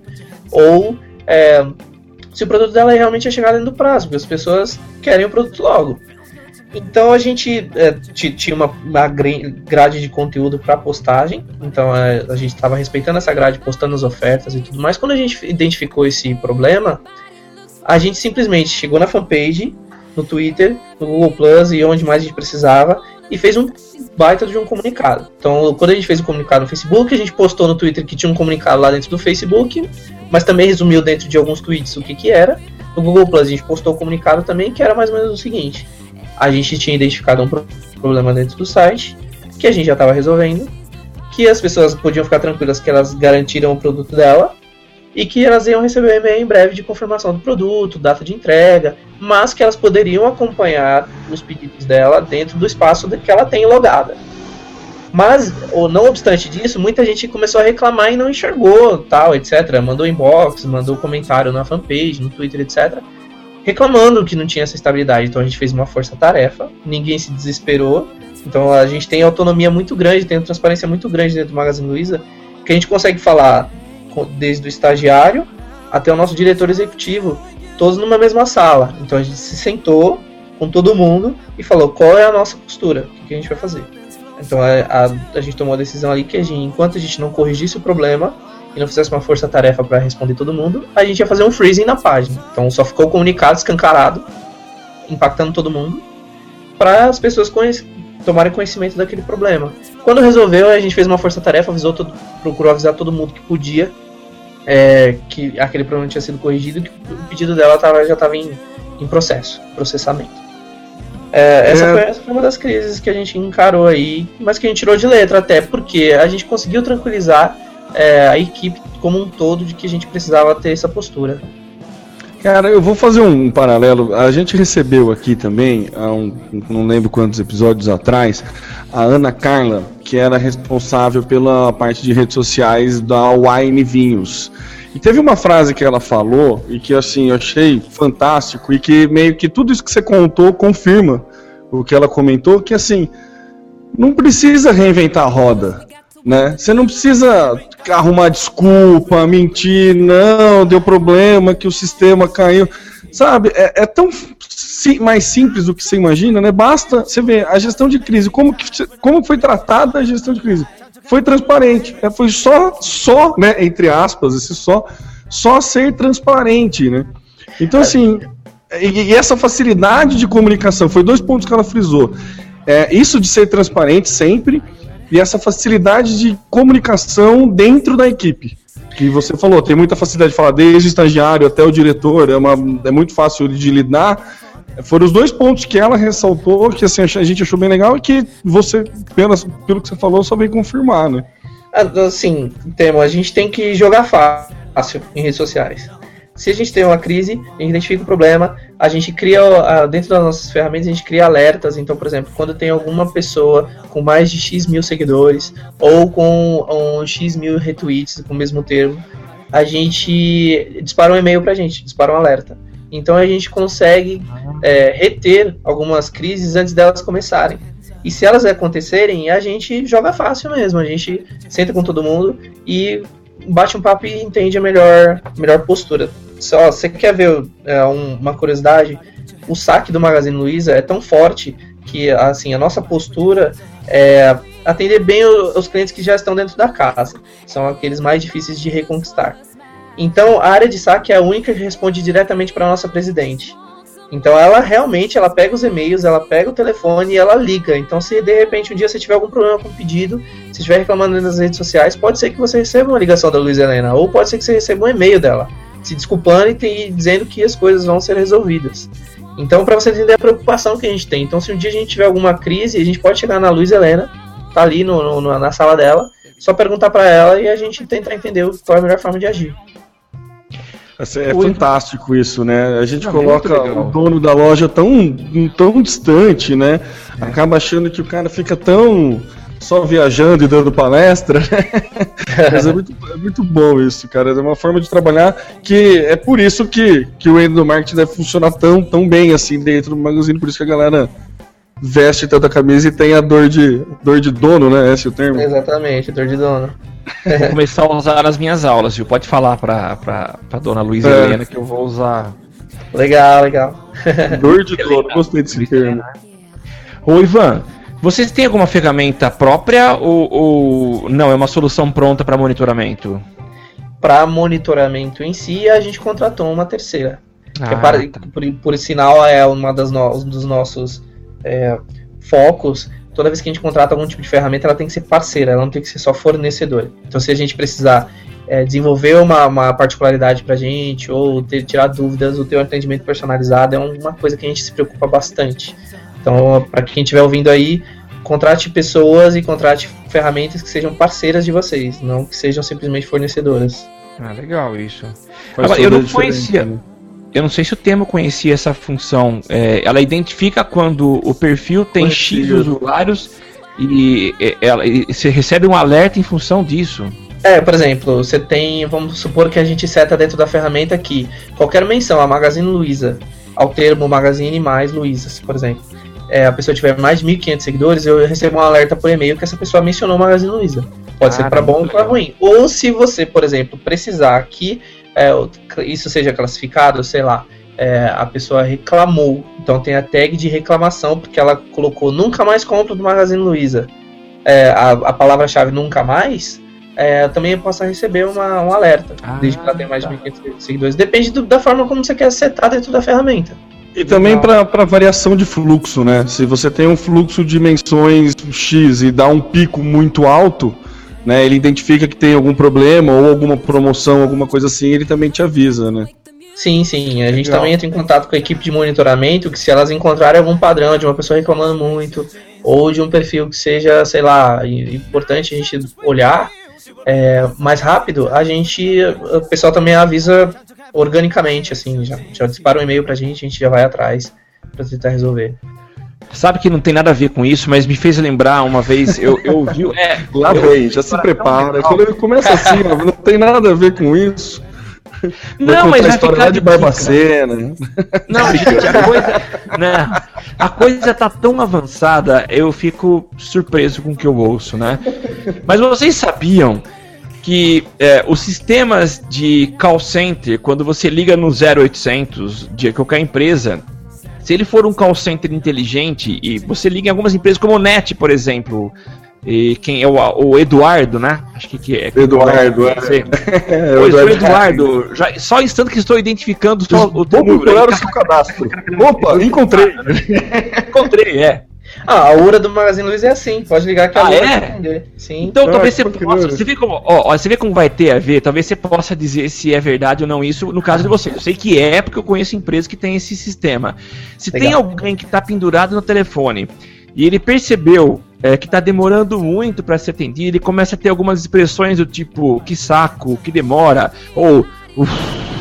Ou é, se o produto dela realmente é chegado dentro do prazo, porque as pessoas querem o produto logo. Então a gente é, t- tinha uma, uma grade de conteúdo para postagem, então é, a gente estava respeitando essa grade, postando as ofertas e tudo mais. Quando a gente identificou esse problema, a gente simplesmente chegou na fanpage, no Twitter, no Google Plus e onde mais a gente precisava, e fez um baita de um comunicado. Então, quando a gente fez o comunicado no Facebook, a gente postou no Twitter que tinha um comunicado lá dentro do Facebook, mas também resumiu dentro de alguns tweets o que que era. No Google Plus a gente postou o comunicado também, que era mais ou menos o seguinte: a gente tinha identificado um problema dentro do site, que a gente já estava resolvendo, que as pessoas podiam ficar tranquilas que elas garantiram o produto dela, e que elas iam receber um e-mail em breve de confirmação do produto, data de entrega, mas que elas poderiam acompanhar os pedidos dela dentro do espaço que ela tem logada. Mas, ou não obstante disso, muita gente começou a reclamar e não enxergou, tal, etcétera. Mandou inbox, mandou comentário na fanpage, no Twitter, etcétera, reclamando que não tinha essa estabilidade. Então a gente fez uma força-tarefa, ninguém se desesperou. Então a gente tem autonomia muito grande, tem uma transparência muito grande dentro do Magazine Luiza, que a gente consegue falar desde o estagiário até o nosso diretor executivo, todos numa mesma sala. Então a gente se sentou com todo mundo e falou qual é a nossa postura, o que a gente vai fazer. Então a, a, a gente tomou a decisão ali que a gente, enquanto a gente não corrigisse o problema e não fizesse uma força-tarefa para responder todo mundo, a gente ia fazer um freezing na página. Então só ficou o comunicado escancarado, impactando todo mundo, para as pessoas conhec- tomarem conhecimento daquele problema. Quando resolveu, a gente fez uma força-tarefa, avisou todo, procurou avisar todo mundo que podia, é, que aquele problema tinha sido corrigido, que o pedido dela tava, já estava em, em processo, processamento. É, essa, é... Foi, essa foi uma das crises que a gente encarou aí, mas que a gente tirou de letra até, porque a gente conseguiu tranquilizar é, a equipe como um todo de que a gente precisava ter essa postura. Cara, eu vou fazer um paralelo. A gente recebeu aqui também, há um, não lembro quantos episódios atrás, a Ana Carla, que era responsável pela parte de redes sociais da Wine Vinhos. E teve uma frase que ela falou, e que assim, eu achei fantástico, e que meio que tudo isso que você contou confirma o que ela comentou, que assim, não precisa reinventar a roda, né? Você não precisa arrumar desculpa, mentir, não, deu problema, que o sistema caiu, sabe? É, é tão sim, mais simples do que você imagina, né? Basta você ver a gestão de crise, como que, como foi tratada a gestão de crise. Foi transparente, né? Foi só, só, né, entre aspas, esse só, só ser transparente, né? Então, assim, e, e essa facilidade de comunicação, foi dois pontos que ela frisou. É, isso de ser transparente sempre, e essa facilidade de comunicação dentro da equipe. Que você falou, tem muita facilidade de falar desde o estagiário até o diretor, é, uma, é muito fácil de lidar. Foram os dois pontos que ela ressaltou, que assim, a gente achou bem legal, e que você, pelo, pelo que você falou, só veio confirmar, né? Assim, Temo, a gente tem que jogar fácil em redes sociais. Se a gente tem uma crise, a gente identifica o problema, a gente cria, dentro das nossas ferramentas, a gente cria alertas. Então, por exemplo, quando tem alguma pessoa com mais de X mil seguidores ou com um X mil retweets com o mesmo termo, a gente dispara um e-mail pra gente, dispara um alerta. Então a gente consegue é, reter algumas crises antes delas começarem. E se elas acontecerem, a gente joga fácil mesmo, a gente senta com todo mundo e bate um papo e entende a melhor, melhor postura. Só, você quer ver é, um, uma curiosidade? O saque do Magazine Luiza é tão forte que assim, a nossa postura é atender bem os clientes que já estão dentro da casa. São aqueles mais difíceis de reconquistar. Então, a área de saque é a única que responde diretamente para a nossa presidente. Então, ela realmente ela pega os e-mails, ela pega o telefone e ela liga. Então, se de repente um dia você tiver algum problema com o pedido, se estiver reclamando nas redes sociais, pode ser que você receba uma ligação da Luiza Helena, ou pode ser que você receba um e-mail dela, se desculpando e dizendo que as coisas vão ser resolvidas. Então, para você entender a preocupação que a gente tem. Então, se um dia a gente tiver alguma crise, a gente pode chegar na Luiza Helena, tá ali no, no, na sala dela, só perguntar para ela e a gente tentar entender qual é a melhor forma de agir. É fantástico isso, né? A gente coloca o dono da loja tão, tão distante, né? Acaba achando que o cara fica tão só viajando e dando palestra, né? Mas é muito, é muito bom isso, cara. É uma forma de trabalhar que é por isso que, que o endomarketing deve funcionar tão, tão bem assim dentro do magazine, por isso que a galera veste tanta camisa e tem a dor de, dor de dono, né? Esse é o termo? Exatamente, dor de dono. Vou começar a usar nas minhas aulas, viu? Pode falar pra, pra, pra dona Luiza é. Helena que eu vou usar. Legal, legal. Dor de dono, gostei desse termo. Ô Ivan, vocês têm alguma ferramenta própria ou, ou não? É uma solução pronta para monitoramento? Para monitoramento em si, a gente contratou uma terceira. Ah, que é para, tá. por, por sinal, é uma das no, um dos nossos é, focos. Toda vez que a gente contrata algum tipo de ferramenta, ela tem que ser parceira, ela não tem que ser só fornecedora. Então, se a gente precisar é, desenvolver uma, uma particularidade pra gente, ou ter, tirar dúvidas, ou ter um atendimento personalizado, é uma coisa que a gente se preocupa bastante. Então, para quem estiver ouvindo aí, contrate pessoas e contrate ferramentas que sejam parceiras de vocês, não que sejam simplesmente fornecedoras. Ah, legal isso. Agora, eu não conhecia... Né? Eu não sei se o Temo conhecia essa função. É, ela identifica quando o perfil tem Conhecido. X usuários e, e, ela, e você recebe um alerta em função disso. É, por exemplo, você tem, vamos supor que a gente seta dentro da ferramenta aqui, qualquer menção a Magazine Luiza, ao termo Magazine mais Luiza, por exemplo. É, a pessoa tiver mais de mil e quinhentos seguidores, eu recebo um alerta por e-mail que essa pessoa mencionou o Magazine Luiza. Pode ah, ser para bom ou para ruim. Ou se você, por exemplo, precisar que É, isso seja classificado, sei lá, é, a pessoa reclamou, então tem a tag de reclamação, porque ela colocou nunca mais compro do Magazine Luiza, é, a, a palavra-chave nunca mais, é, também eu posso receber uma, um alerta, ah, desde que ela tenha mais de mil e quinhentos seguidores, depende do, da forma como você quer setar dentro da ferramenta. E também para variação de fluxo, né? Se você tem um fluxo de menções X e dá um pico muito alto, né, ele identifica que tem algum problema ou alguma promoção, alguma coisa assim, ele também te avisa, né? Sim, sim. A gente Legal. também entra em contato com a equipe de monitoramento, que se elas encontrarem algum padrão de uma pessoa reclamando muito, ou de um perfil que seja, sei lá, importante a gente olhar é, mais rápido, a gente, o pessoal também avisa organicamente, assim, já, já dispara um e-mail pra gente, a gente já vai atrás pra tentar resolver. Sabe que não tem nada a ver com isso, mas me fez lembrar uma vez, eu, eu ouvi... É, lá vem, já se prepara. Quando ele começa assim, ó, não tem nada a ver com isso. Não, mas a história lá de Barbacena. Não, gente, a coisa, né, a coisa tá tão avançada, eu fico surpreso com o que eu ouço, né? Mas vocês sabiam que é, os sistemas de call center, quando você liga no zero oitocentos de qualquer empresa... Se ele for um call center inteligente, e você liga em algumas empresas como o Net, por exemplo, e quem é o, o Eduardo, né? Acho que, que é. Eduardo, é. é. Pois o Eduardo, já, só instante que estou identificando só o teu número. Vou procurar o seu cadastro. Opa, encontrei. Encontrei, é. Ah, a URA do Magazine Luiza é assim, pode ligar que a ah, URA é? vai responder. Sim. Então ah, talvez você possa, você vê como, ó, você vê como vai ter a ver, talvez você possa dizer se é verdade ou não isso no caso de você. Eu sei que é, porque eu conheço empresas que tem esse sistema. Se Legal. Tem alguém que está pendurado no telefone e ele percebeu é, que está demorando muito para ser atendido, ele começa a ter algumas expressões do tipo, que saco, que demora, ou... Uf,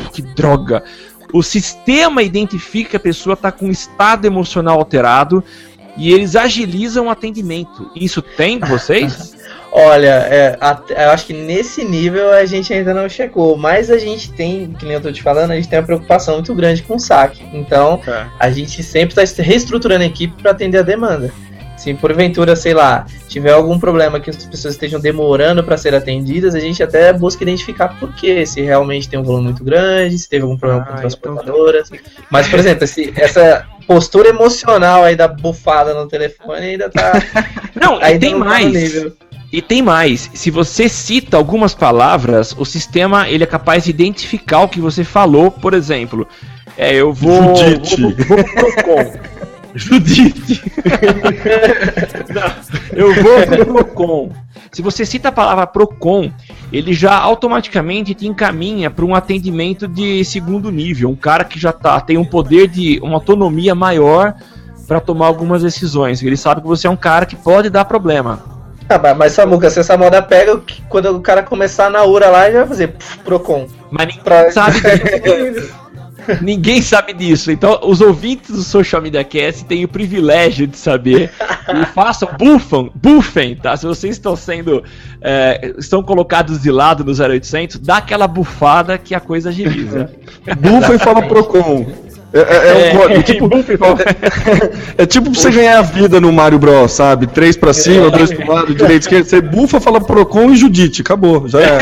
que droga. O sistema identifica que a pessoa está com um estado emocional alterado e eles agilizam o atendimento. Isso tem com vocês? Olha, é, a, eu acho que nesse nível a gente ainda não chegou, mas a gente tem, que nem eu tô te falando, a gente tem uma preocupação muito grande com o saque. Então, é. a gente sempre está reestruturando a equipe para atender a demanda. Se porventura, sei lá, tiver algum problema que as pessoas estejam demorando para ser atendidas, a gente até busca identificar por quê, se realmente tem um volume muito grande, se teve algum problema ah, com transportadoras. Então... Mas, por exemplo, esse, essa postura emocional aí da bufada no telefone ainda tá... Não, ainda tem não mais. Tá e tem mais. Se você cita algumas palavras, o sistema ele é capaz de identificar o que você falou. Por exemplo, é, eu vou... Judite. Vou, vou, vou pro Procon. Judite. Não, eu vou pro Procon. Se você cita a palavra Procon, ele já automaticamente te encaminha para um atendimento de segundo nível. Um cara que já tá, tem um poder de uma autonomia maior para tomar algumas decisões. Ele sabe que você é um cara que pode dar problema. Ah, mas Samuca, se essa moda pega, quando o cara começar na URA lá, ele vai fazer pff, Procon. Mas ninguém pra... sabe disso. Ninguém sabe disso. Então, os ouvintes do Social Media Cast têm o privilégio de saber. E façam, bufam, bufem, tá? Se vocês estão sendo, é, estão colocados de lado no zero oitocentos, dá aquela bufada que a coisa agiliza. Bufa e fala Procon. É, é, é, um, é, tipo, é, é tipo pra você ganhar a vida no Mario Bros, sabe? Três pra cima, dois pro lado, direito, esquerdo. Você bufa, fala Procon e Judite. Acabou, já é.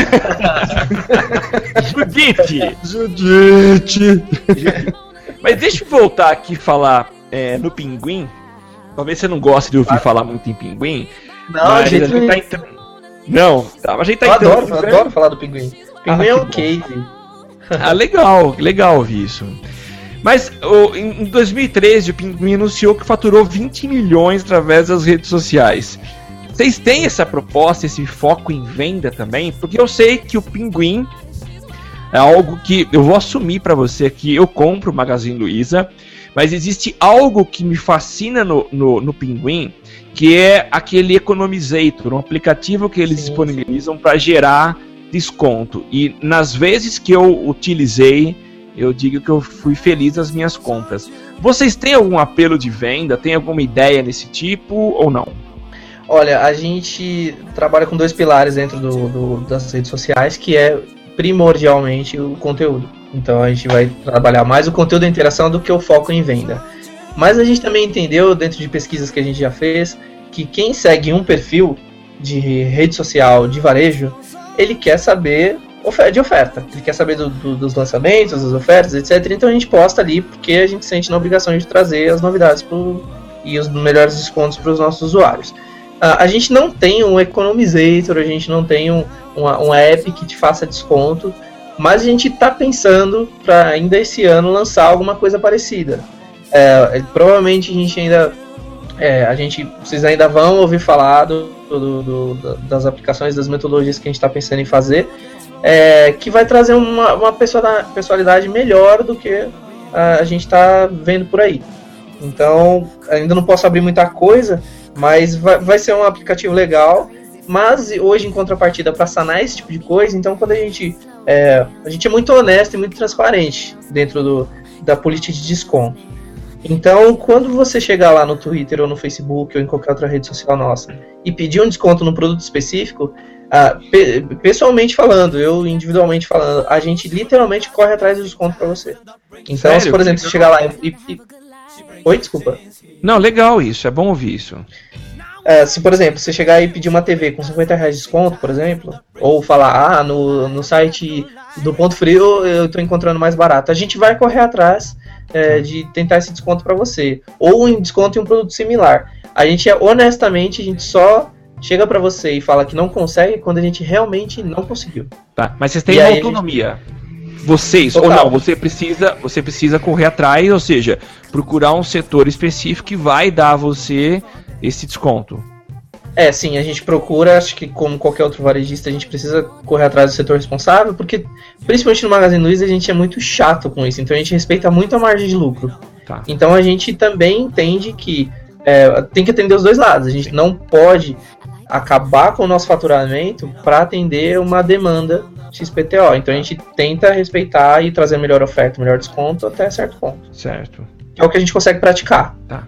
Judite! Judite! Mas deixa eu voltar aqui e falar é, no Pinguim. Talvez você não goste de ouvir ah. falar muito em Pinguim. Não, a gente, a gente tá entrando. Não, tá, mas a gente tá eu entrando. Adoro, eu adoro falar do Pinguim. Pinguim ah, é um case. Ah, legal, legal ouvir isso. Mas o, em dois mil e treze o Pinguim anunciou que faturou vinte milhões através das redes sociais. Vocês têm essa proposta, esse foco em venda também? Porque eu sei que o Pinguim é algo que eu vou assumir para você aqui. Eu compro o Magazine Luiza, mas existe algo que me fascina no, no, no Pinguim, que é aquele Economizator, um aplicativo que eles sim, disponibilizam para gerar desconto. E nas vezes que eu utilizei, eu digo que eu fui feliz nas minhas compras. Vocês têm algum apelo de venda? Tem alguma ideia nesse tipo ou não? Olha, a gente trabalha com dois pilares dentro do, do, das redes sociais, que é primordialmente o conteúdo. Então a gente vai trabalhar mais o conteúdo e interação do que o foco em venda. Mas a gente também entendeu, dentro de pesquisas que a gente já fez, que quem segue um perfil de rede social de varejo, ele quer saber de oferta, ele quer saber do, do, dos lançamentos, das ofertas, etcétera. Então a gente posta ali porque a gente sente na obrigação de trazer as novidades pro, e os melhores descontos para os nossos usuários. Uh, a gente não tem um Economizator, a gente não tem um, uma, uma app que te faça desconto, mas a gente está pensando para ainda esse ano lançar alguma coisa parecida. É, provavelmente a gente ainda, é, a gente, vocês ainda vão ouvir falar do, do, do, das aplicações, das metodologias que a gente está pensando em fazer. É, que vai trazer uma, uma personalidade melhor do que a gente está vendo por aí. Então, ainda não posso abrir muita coisa, mas vai, vai ser um aplicativo legal. Mas hoje, em contrapartida, para sanar esse tipo de coisa, então quando a gente é, a gente é muito honesto e muito transparente dentro do, da política de desconto. Então, quando você chegar lá no Twitter ou no Facebook ou em qualquer outra rede social nossa e pedir um desconto num produto específico, ah, pe- pessoalmente falando, eu individualmente falando, a gente literalmente corre atrás do desconto para você. Então, sério? Se por exemplo, você chegar lá e, e... Oi, desculpa. Não, legal isso, é bom ouvir isso. É, se, por exemplo, você chegar e pedir uma T V com cinquenta reais de desconto, por exemplo, ou falar, ah, no, no site do Ponto Frio eu tô encontrando mais barato, a gente vai correr atrás é, de tentar esse desconto para você. Ou um desconto em um produto similar. A gente, honestamente, a gente só chega pra você e fala que não consegue quando a gente realmente não conseguiu. Tá, mas vocês têm e uma autonomia. Gente... Vocês, total. Ou não, você precisa, você precisa correr atrás, ou seja, procurar um setor específico que vai dar a você esse desconto. É, sim, a gente procura, acho que como qualquer outro varejista, a gente precisa correr atrás do setor responsável, porque principalmente no Magazine Luiza a gente é muito chato com isso, então a gente respeita muito a margem de lucro. Tá. Então a gente também entende que é, tem que atender os dois lados, a gente não pode acabar com o nosso faturamento para atender uma demanda X P T O. Então a gente tenta respeitar e trazer melhor oferta, melhor desconto até certo ponto. Certo. É o que a gente consegue praticar. Tá.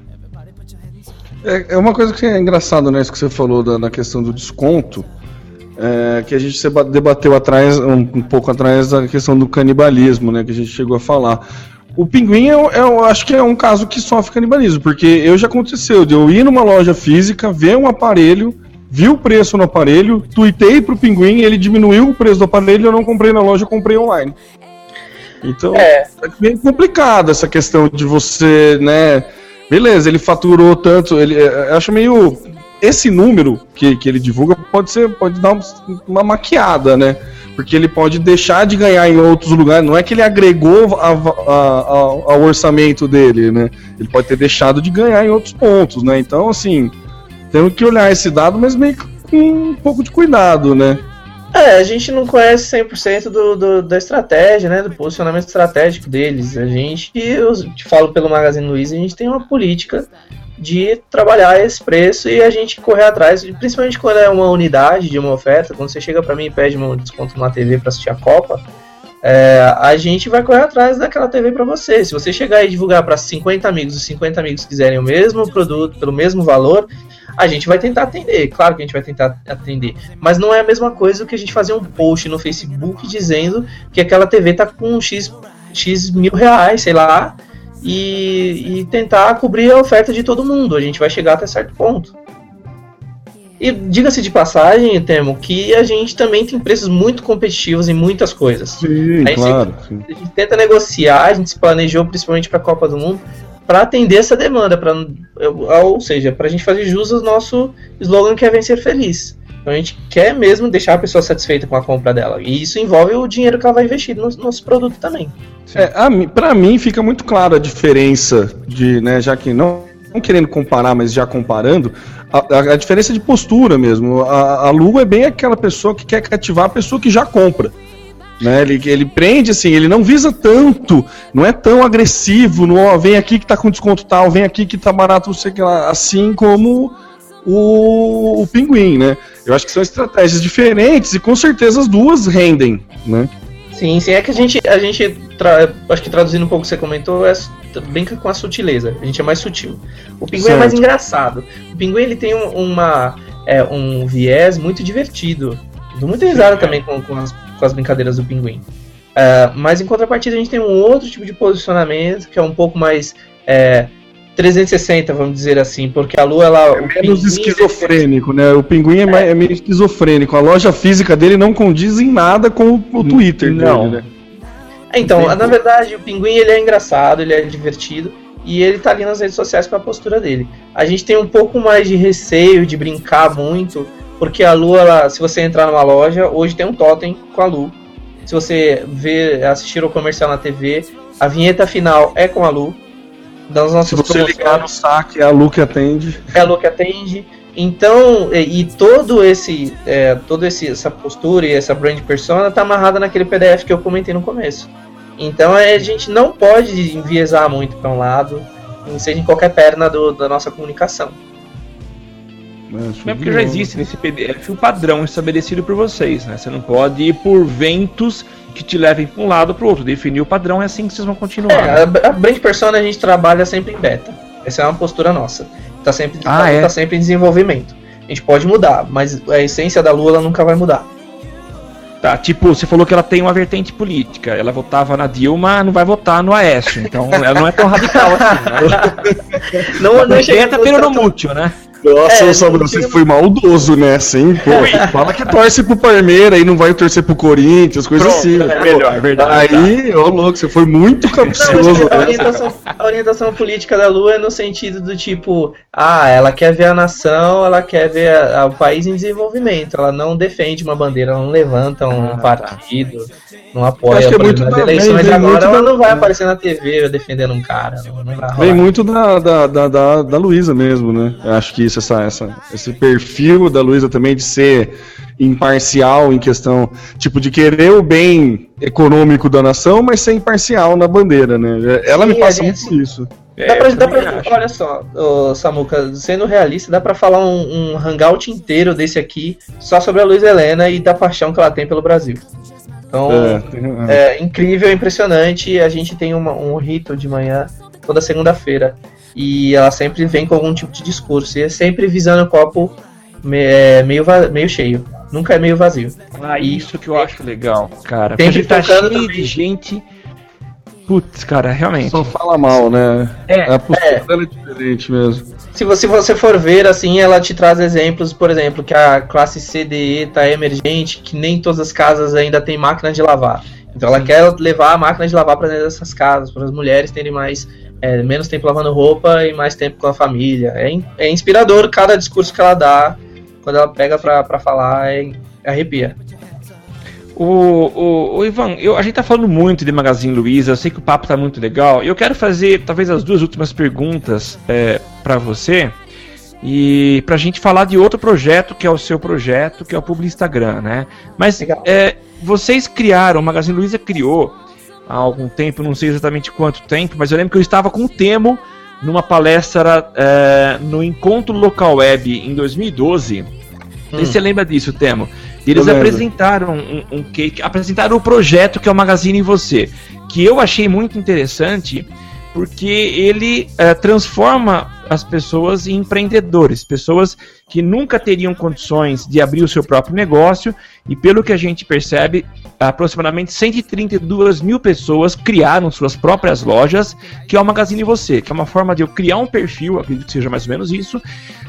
É, é uma coisa que é engraçado, né, isso que você falou da, da questão do desconto, é, que a gente debateu atrás, um, um pouco atrás, a questão do canibalismo, né, que a gente chegou a falar. O Pinguim, eu, eu acho que é um caso que sofre canibalismo, porque eu já aconteceu de eu ir numa loja física, ver um aparelho, vi o preço no aparelho, tuitei pro Pinguim, ele diminuiu o preço do aparelho, eu não comprei na loja, eu comprei online. Então, é, é bem complicado essa questão de você, né, beleza, ele faturou tanto, ele, eu acho meio, esse número que, que ele divulga pode ser, pode dar uma maquiada, né, porque ele pode deixar de ganhar em outros lugares, não é que ele agregou a, a, a, ao orçamento dele, né, ele pode ter deixado de ganhar em outros pontos, né, então, assim, temos que olhar esse dado, mas meio que com um pouco de cuidado, né. É, a gente não conhece cem por cento do, do, da estratégia, né, do posicionamento estratégico deles. A gente, eu te falo pelo Magazine Luiza, a gente tem uma política de trabalhar esse preço e a gente correr atrás, principalmente quando é uma unidade de uma oferta, quando você chega para mim e pede um desconto numa T V para assistir a Copa, é, a gente vai correr atrás daquela T V para você. Se você chegar e divulgar para cinquenta amigos, os cinquenta amigos quiserem o mesmo produto, pelo mesmo valor, a gente vai tentar atender, claro que a gente vai tentar atender, mas não é a mesma coisa do que a gente fazer um post no Facebook dizendo que aquela T V tá com X, X mil reais, sei lá, e, e tentar cobrir a oferta de todo mundo. A gente vai chegar até certo ponto. E diga-se de passagem, Temo, que a gente também tem preços muito competitivos em muitas coisas. Sim, a gente, claro. Sim. A gente tenta negociar, a gente se planejou principalmente para a Copa do Mundo, para atender essa demanda, pra, ou seja, para a gente fazer jus ao nosso slogan, que é vencer feliz. Então a gente quer mesmo deixar a pessoa satisfeita com a compra dela, e isso envolve o dinheiro que ela vai investir no nosso produto também. É, para mim fica muito clara a diferença de, né, já que não, não querendo comparar, mas já comparando, a, a diferença de postura mesmo. A, a Lu é bem aquela pessoa que quer cativar a pessoa que já compra. Né, ele, ele prende assim, ele não visa tanto, não é tão agressivo, no, ó, vem aqui que tá com desconto tal, vem aqui que tá barato, não sei o que lá, assim como o, o Pinguim, né? Eu acho que são estratégias diferentes e com certeza as duas rendem, né? Sim, sim, é que a gente, a gente tra... acho que traduzindo um pouco o que você comentou, é brinca com a sutileza, a gente é mais sutil. O Pinguim certo. É mais engraçado. O Pinguim, ele tem um, uma, é, um viés muito divertido, muito risada também com, com as com as brincadeiras do Pinguim. Uh, mas em contrapartida a gente tem um outro tipo de posicionamento que é um pouco mais é, trezentos e sessenta, vamos dizer assim, porque a Lu, ela... É o menos esquizofrênico, né? O Pinguim é, é. é meio esquizofrênico. A loja física dele não condiz em nada com o, o Twitter não. dele, né? Então, na verdade, o Pinguim, ele é engraçado, ele é divertido, e ele tá ali nas redes sociais com a postura dele. A gente tem um pouco mais de receio de brincar muito, porque a Lu, ela, se você entrar numa loja, hoje tem um totem com a Lu. Se você ver, assistir o comercial na T V, a vinheta final é com a Lu. Das nossas se você promoções. Ligar no saque, é a Lu que atende. É a Lu que atende. Então, e, e todo esse, é, todo esse, essa postura e essa brand persona tá amarrada naquele P D F que eu comentei no começo. Então a gente não pode enviesar muito para um lado, seja em qualquer perna do, da nossa comunicação. Mesmo porque já existe nesse P D F o padrão estabelecido por vocês, né? Você não pode ir por ventos que te levem para um lado ou para o outro. Definir o padrão é assim que vocês vão continuar. É, né? A brand persona a gente trabalha sempre em beta. Essa é uma postura nossa. Tá sempre, ah, tá, é? tá sempre em desenvolvimento. A gente pode mudar, mas a essência da Lu, ela nunca vai mudar. Tá, tipo, você falou que ela tem uma vertente política. Ela votava na Dilma, não vai votar no Aécio. Então ela não é tão radical assim, né? não, não chega pelo no mútil, né? Nossa, é, Samuel, você foi maldoso nessa, hein? Pô, fala que torce pro Palmeiras e não vai torcer pro Corinthians, coisa Pronto, assim. É melhor, é verdade. Aí, ô louco, você foi muito capcioso. A orientação, a orientação política da Lu é no sentido do tipo, ah, ela quer ver a nação, ela quer ver a, a, o país em desenvolvimento. Ela não defende uma bandeira, ela não levanta um ah, partido, tá. não apoia é muito nas da, eleições. vem, Agora ela da, não vai aparecer na T V defendendo um cara. Não, não vai vem muito da, da, da, da, da Luísa mesmo, né? Eu acho que isso, essa, essa, esse perfil da Luísa também de ser imparcial em questão, tipo, de querer o bem econômico da nação, mas ser imparcial na bandeira, né? Ela Sim, me passa muito gente... isso. Dá pra, é, dá pra, olha só, oh, Samuca, sendo realista, dá pra falar um, um hangout inteiro desse aqui só sobre a Luísa Helena e da paixão que ela tem pelo Brasil. Então, é, é. é incrível, impressionante. A gente tem uma, um rito de manhã toda segunda-feira e ela sempre vem com algum tipo de discurso e é sempre visando o copo me, meio, meio cheio. Nunca é meio vazio. Ah, e isso que eu acho legal, cara. Tem que tá cheio também de gente. Putz, cara, realmente. Só fala mal, né? É, a postura é. dela é diferente mesmo. Se você, se você for ver, assim, ela te traz exemplos, por exemplo, que a classe C D E tá emergente, que nem todas as casas ainda tem máquina de lavar. Então ela Sim. quer levar a máquina de lavar para dentro dessas casas, para as mulheres terem mais é, menos tempo lavando roupa e mais tempo com a família. É, é inspirador cada discurso que ela dá. Quando ela pega pra, pra falar, é, arrepia. O, o, o Ivan, eu, a gente tá falando muito de Magazine Luiza, eu sei que o papo tá muito legal. Eu quero fazer, talvez, as duas últimas perguntas é, para você. E pra gente falar de outro projeto, que é o seu projeto, que é o Publistagram, né? Mas é, vocês criaram, o Magazine Luiza criou há algum tempo, não sei exatamente quanto tempo, mas eu lembro que eu estava com o Temo numa palestra é, no Encontro Local Web em dois mil e doze. Hum. Você lembra disso, Temo? Eles apresentaram um, um cake, apresentaram o projeto que é o Magazine em Você, que eu achei muito interessante, porque ele é, transforma as pessoas em empreendedores, pessoas que nunca teriam condições de abrir o seu próprio negócio, e pelo que a gente percebe, aproximadamente cento e trinta e duas mil pessoas criaram suas próprias lojas, que é o Magazine em Você, que é uma forma de eu criar um perfil, acredito que seja mais ou menos isso,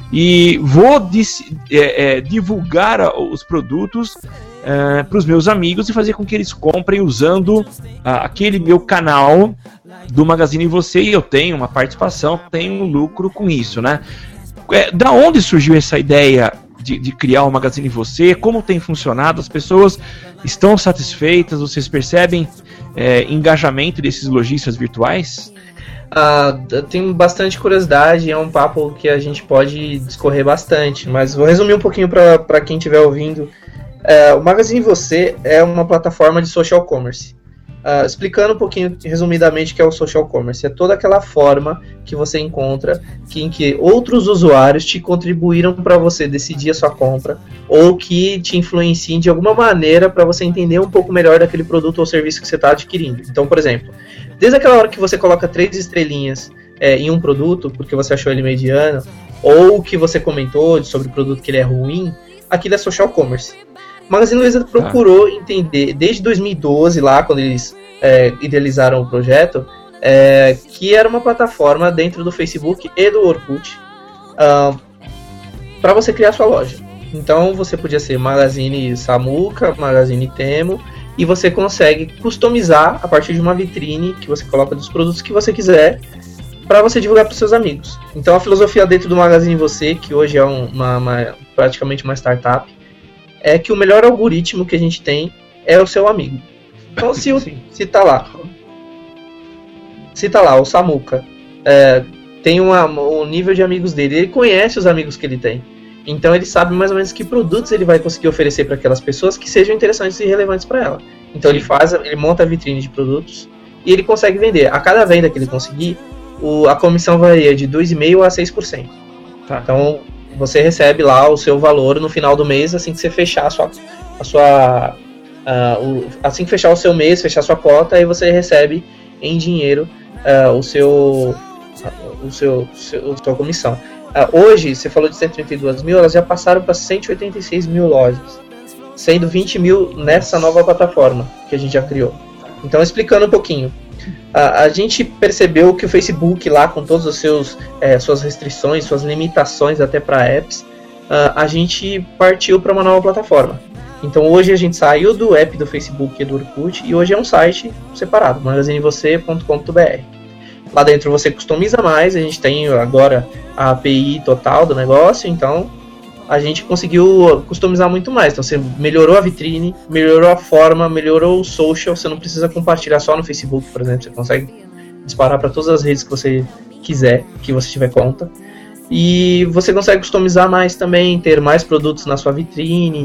e vou dis, é, é, divulgar os produtos é, para os meus amigos e fazer com que eles comprem usando a, aquele meu canal do Magazine em Você, e eu tenho uma participação, tenho um lucro com isso, né? É, da onde surgiu essa ideia de, de criar o Magazine em Você? Como tem funcionado? As pessoas estão satisfeitas? Vocês percebem é, engajamento desses lojistas virtuais? Ah, eu tenho bastante curiosidade, é um papo que a gente pode discorrer bastante, mas vou resumir um pouquinho para quem estiver ouvindo. É, o Magazine em Você é uma plataforma de social commerce. Uh, explicando um pouquinho resumidamente o que é o social commerce, é toda aquela forma que você encontra que, em que outros usuários te contribuíram para você decidir a sua compra ou que te influenciem de alguma maneira para você entender um pouco melhor daquele produto ou serviço que você está adquirindo. Então, por exemplo, desde aquela hora que você coloca três estrelinhas é, em um produto porque você achou ele mediano, ou que você comentou sobre o produto que ele é ruim, aquilo é social commerce. Magazine Luiza procurou ah. entender, desde dois mil e doze, lá, quando eles é, idealizaram o projeto, é, que era uma plataforma dentro do Facebook e do Orkut uh, para você criar sua loja. Então você podia ser Magazine Samuca, Magazine Temo, e você consegue customizar a partir de uma vitrine que você coloca dos produtos que você quiser para você divulgar para os seus amigos. Então a filosofia dentro do Magazine em Você, que hoje é uma, uma, praticamente uma startup, é que o melhor algoritmo que a gente tem é o seu amigo. Então, se, o, se tá lá, se tá lá, o Samuca é, tem uma, um nível de amigos dele, ele conhece os amigos que ele tem. Então, ele sabe mais ou menos que produtos ele vai conseguir oferecer para aquelas pessoas que sejam interessantes e relevantes para ela. Então, Sim. ele faz, ele monta a vitrine de produtos e ele consegue vender. A cada venda que ele conseguir, o, a comissão varia de dois vírgula cinco por cento a seis por cento. Tá. Então, você recebe lá o seu valor no final do mês, assim que você fechar a sua, a sua uh, o, assim que fechar o seu mês, fechar a sua cota, aí você recebe em dinheiro uh, o seu, uh, o seu, seu, sua comissão. Uh, hoje, você falou de cento e trinta e duas mil, elas já passaram para cento e oitenta e seis mil lojas, sendo vinte mil nessa nova plataforma que a gente já criou. Então, explicando um pouquinho. A, a gente percebeu que o Facebook lá, com todas os seus é, suas restrições, suas limitações até para apps, a, a gente partiu para uma nova plataforma. Então hoje a gente saiu do app do Facebook e do Orkut e hoje é um site separado, magazine você ponto com ponto b r. Lá dentro você customiza mais, a gente tem agora a A P I total do negócio, então a gente conseguiu customizar muito mais. Então você melhorou a vitrine, melhorou a forma, melhorou o social. Você não precisa compartilhar só no Facebook, por exemplo. Você consegue disparar para todas as redes que você quiser, que você tiver conta. E você consegue customizar mais também, ter mais produtos na sua vitrine.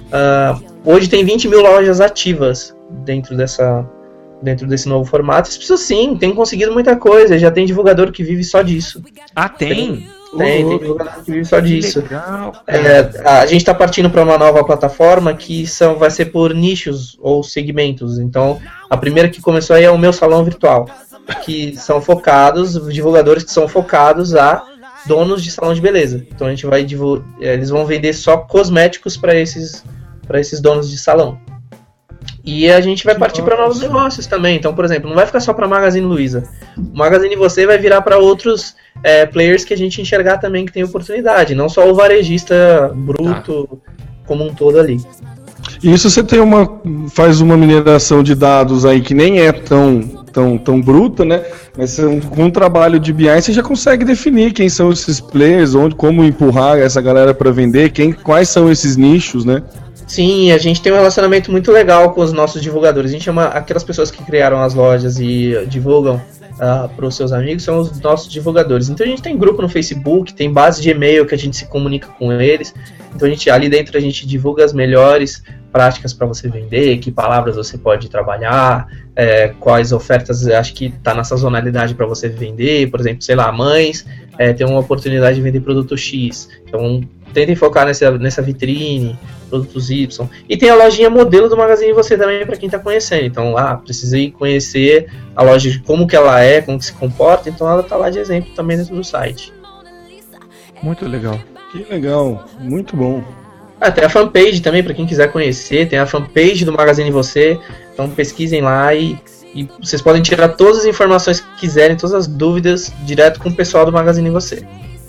Uh, hoje tem vinte mil lojas ativas dentro, dessa, dentro desse novo formato. As pessoas sim, têm conseguido muita coisa. Já tem divulgador que vive só disso. Ah, tem? Tem, tem, tem divulgador que vive só disso. Legal, é, a gente está partindo para uma nova plataforma que são, vai ser por nichos ou segmentos. Então, a primeira que começou aí é o Meu Salão Virtual, que são focados, divulgadores que são focados a donos de salão de beleza. Então a gente vai divulgar, eles vão vender só cosméticos para esses, para esses donos de salão. E a gente vai partir para novos negócios também. Então, por exemplo, não vai ficar só para Magazine Luiza. O Magazine Você vai virar para outros é, players que a gente enxergar também que tem oportunidade, não só o varejista bruto tá. como um todo ali. Isso você tem uma, faz uma mineração de dados aí que nem é tão, tão, tão bruta, né? Mas com um trabalho de B I você já consegue definir quem são esses players, onde, como empurrar essa galera para vender, quem, quais são esses nichos, né? Sim, a gente tem um relacionamento muito legal com os nossos divulgadores. A gente chama aquelas pessoas que criaram as lojas e divulgam uh, para os seus amigos, são os nossos divulgadores. Então a gente tem grupo no Facebook, tem base de e-mail que a gente se comunica com eles. Então a gente, ali dentro a gente divulga as melhores práticas para você vender, que palavras você pode trabalhar, é, quais ofertas acho que está na sazonalidade para você vender. Por exemplo, sei lá, mães é, tem uma oportunidade de vender produto X, então tentem focar nessa, nessa vitrine, produtos Y. E tem a lojinha modelo do Magazine Você também para quem está conhecendo. Então, ah, precisei conhecer a loja, de como que ela é, como que se comporta, então ela está lá de exemplo também dentro do site. Muito legal. Que legal, muito bom. Ah, tem a fanpage também, para quem quiser conhecer, tem a fanpage do Magazine Você, então pesquisem lá e, e vocês podem tirar todas as informações que quiserem, todas as dúvidas, direto com o pessoal do Magazine Você.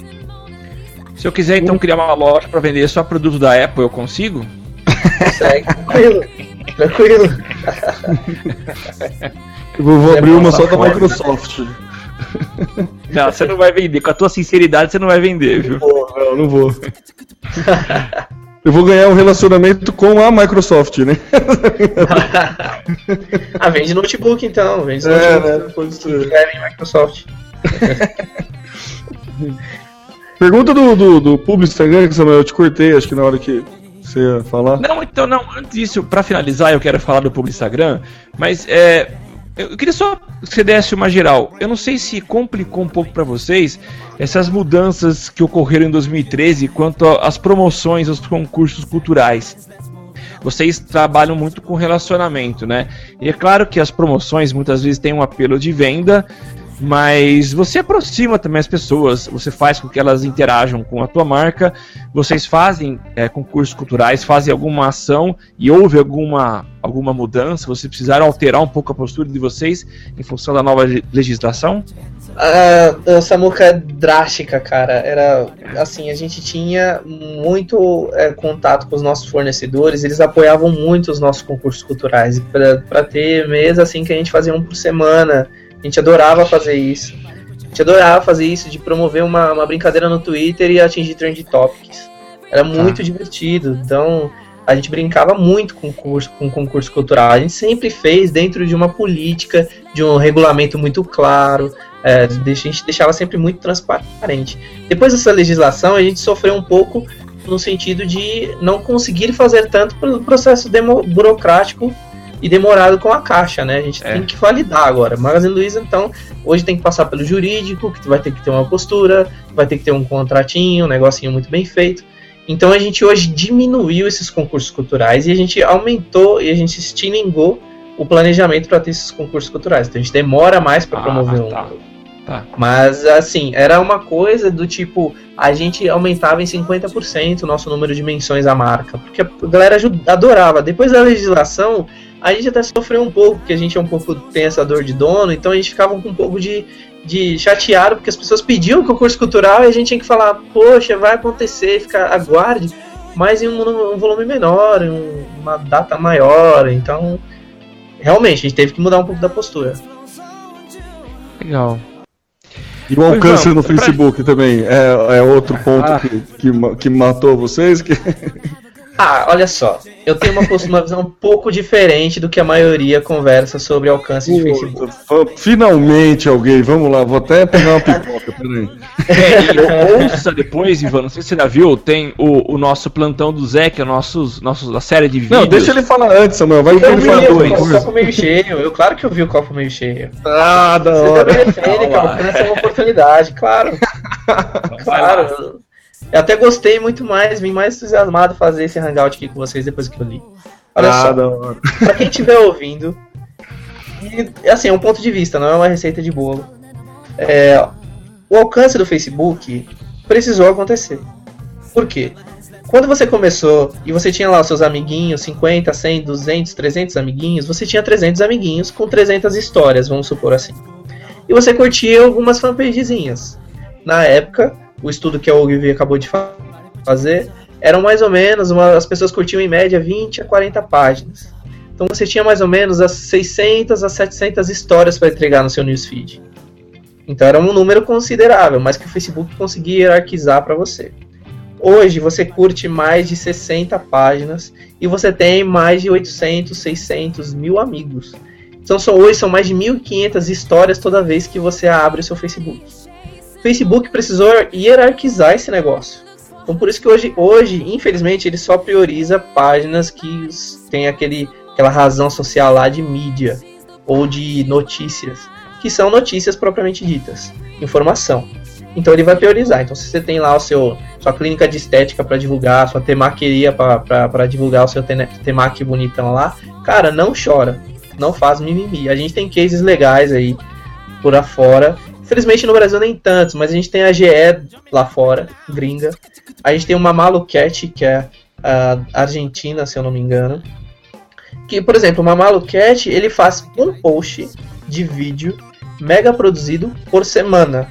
Se eu quiser então criar uma loja para vender só produto da Apple, eu consigo? Consegue, tranquilo, tranquilo. Eu vou, vou abrir uma só da Microsoft. Não, você não vai vender, com a tua sinceridade você não vai vender, viu? Não vou, não, não vou. Eu vou ganhar um relacionamento com a Microsoft, né? Ah, vende notebook então, vende é, notebook. né? Pode ser. É, Microsoft. Pergunta do, do, do público Instagram, que Samuel, eu te cortei, acho que na hora que você ia falar. Não, então não, antes disso, pra finalizar, eu quero falar do público Instagram, mas é, eu queria só que você desse uma geral. Eu não sei se complicou um pouco pra vocês essas mudanças que ocorreram em dois mil e treze quanto às promoções, aos concursos culturais. Vocês trabalham muito com relacionamento, né? E é claro que as promoções muitas vezes têm um apelo de venda, mas você aproxima também as pessoas, você faz com que elas interajam com a tua marca, vocês fazem é, concursos culturais, fazem alguma ação e houve alguma, alguma mudança, vocês precisaram alterar um pouco a postura de vocês em função da nova legislação? Uh, essa muca é drástica, cara. Era assim, a gente tinha muito é, contato com os nossos fornecedores, eles apoiavam muito os nossos concursos culturais, para ter mês assim que a gente fazia um por semana. A gente adorava fazer isso. A gente adorava fazer isso, de promover uma, uma brincadeira no Twitter e atingir trend topics. Era muito ah. divertido. Então, a gente brincava muito com concurso, com concurso cultural. A gente sempre fez dentro de uma política, de um regulamento muito claro. É, a gente deixava sempre muito transparente. Depois dessa legislação, a gente sofreu um pouco no sentido de não conseguir fazer tanto pelo processo demo, burocrático e demorado com a Caixa, né? A gente é. tem que validar agora. Magazine Luiza, então, hoje tem que passar pelo jurídico, que vai ter que ter uma postura, vai ter que ter um contratinho, um negocinho muito bem feito. Então a gente hoje diminuiu esses concursos culturais e a gente aumentou e a gente estilingou o planejamento para ter esses concursos culturais. Então a gente demora mais para ah, promover um. Tá. Tá. Mas assim, era uma coisa do tipo, a gente aumentava em cinquenta por cento o nosso número de menções à marca, porque a galera adorava. Depois da legislação, a gente até sofreu um pouco, porque a gente é um pouco tem essa dor de dono, então a gente ficava com um pouco de, de chateado, porque as pessoas pediam o concurso cultural e a gente tinha que falar, poxa, vai acontecer, fica, aguarde, mas em um, um volume menor, em um, uma data maior, então realmente a gente teve que mudar um pouco da postura. Legal. E o alcance não, no Facebook pra... também é, é outro ponto ah. que, que, que matou vocês? Que... Ah, olha só, eu tenho uma, uma visão um pouco diferente do que a maioria conversa sobre alcance de Facebook. Finalmente alguém, vamos lá, vou até pegar uma pipoca, peraí. É, e ouça depois, Ivan, não sei se você já viu, tem o, o nosso plantão do Zé, que é a nossos, nossos, a série de vídeos. Não, deixa ele falar antes, Samuel, vai que eu ele vi fala o dois. copo meio cheio, eu claro que eu vi o copo meio cheio. Ah, da Você hora. deve defender, cara, porque essa é uma oportunidade, claro. Claro. Eu até gostei muito mais, vim mais entusiasmado fazer esse hangout aqui com vocês depois que eu li. Olha Ah, só, da hora. pra quem estiver ouvindo, e, assim, é um ponto de vista, não é uma receita de bolo. É, o alcance do Facebook precisou acontecer. Por quê? Quando você começou e você tinha lá os seus amiguinhos, cinquenta, cem, duzentos, trezentos amiguinhos, você tinha trezentos amiguinhos com trezentas histórias, vamos supor assim. E você curtia algumas fanpagezinhas. Na época, o estudo que a O G V acabou de fazer, eram mais ou menos, uma, as pessoas curtiam em média vinte a quarenta páginas. Então você tinha mais ou menos as seiscentas a setecentas histórias para entregar no seu newsfeed. Então era um número considerável, mas que o Facebook conseguia hierarquizar para você. Hoje você curte mais de sessenta páginas e você tem mais de oitocentos, seiscentos, mil amigos. Então só hoje são mais de mil e quinhentas histórias toda vez que você abre o seu Facebook. O Facebook precisou hierarquizar esse negócio. Então por isso que hoje, hoje infelizmente, ele só prioriza páginas que tem aquele, aquela razão social lá de mídia ou de notícias, que são notícias propriamente ditas, informação. Então ele vai priorizar. Então se você tem lá o seu, sua clínica de estética para divulgar, sua temaqueria para divulgar o seu temac bonitão lá, cara, não chora, não faz mimimi. A gente tem cases legais aí por afora. Infelizmente no Brasil nem tantos, mas a gente tem a G E lá fora, gringa. A gente tem uma Malucat, que é a Argentina, se eu não me engano. Que, por exemplo, o Mamalucat, ele faz um post de vídeo mega produzido por semana.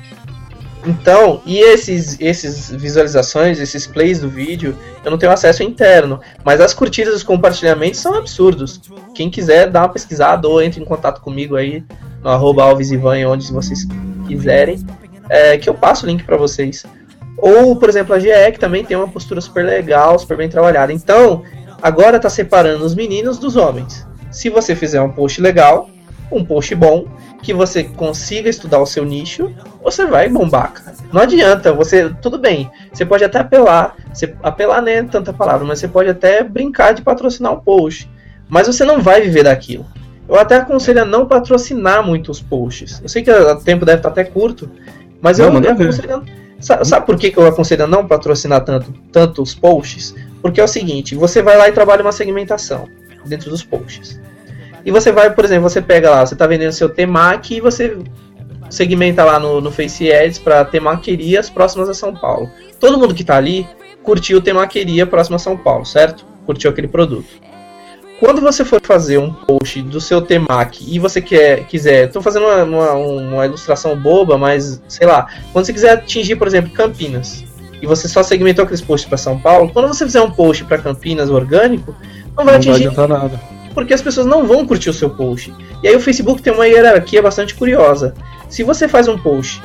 Então, e esses, esses visualizações, esses plays do vídeo, eu não tenho acesso interno. Mas as curtidas e os compartilhamentos são absurdos. Quem quiser, dá uma pesquisada ou entre em contato comigo aí no arroba alvesivan, onde vocês quiserem, é, que eu passo o link para vocês. Ou, por exemplo, a G E, que também tem uma postura super legal, super bem trabalhada. Então, agora tá separando os meninos dos homens. Se você fizer um post legal, um post bom, que você consiga estudar o seu nicho, você vai bombar, cara. Não adianta, você, tudo bem, você pode até apelar, você, apelar nem é tanta palavra, mas você pode até brincar de patrocinar um post, mas você não vai viver daquilo. Eu até aconselho a não patrocinar muito os posts. Eu sei que o tempo deve estar até curto, mas não, eu, eu aconselho... Sabe, sabe por que eu aconselho a não patrocinar tanto, tanto os posts? Porque é o seguinte, você vai lá e trabalha uma segmentação dentro dos posts. E você vai, por exemplo, você pega lá, você está vendendo seu temac e você segmenta lá no, no Face Ads para temaquerias próximas a São Paulo. Todo mundo que está ali curtiu temaqueria próxima a São Paulo, certo? Curtiu aquele produto. Quando você for fazer um post do seu temac e você quer, quiser, estou fazendo uma, uma, uma ilustração boba, mas sei lá, quando você quiser atingir, por exemplo, Campinas, e você só segmentou aqueles posts para São Paulo, quando você fizer um post para Campinas orgânico, não vai não atingir vai adiantar nada. Porque as pessoas não vão curtir o seu post. E aí o Facebook tem uma hierarquia bastante curiosa. Se você faz um post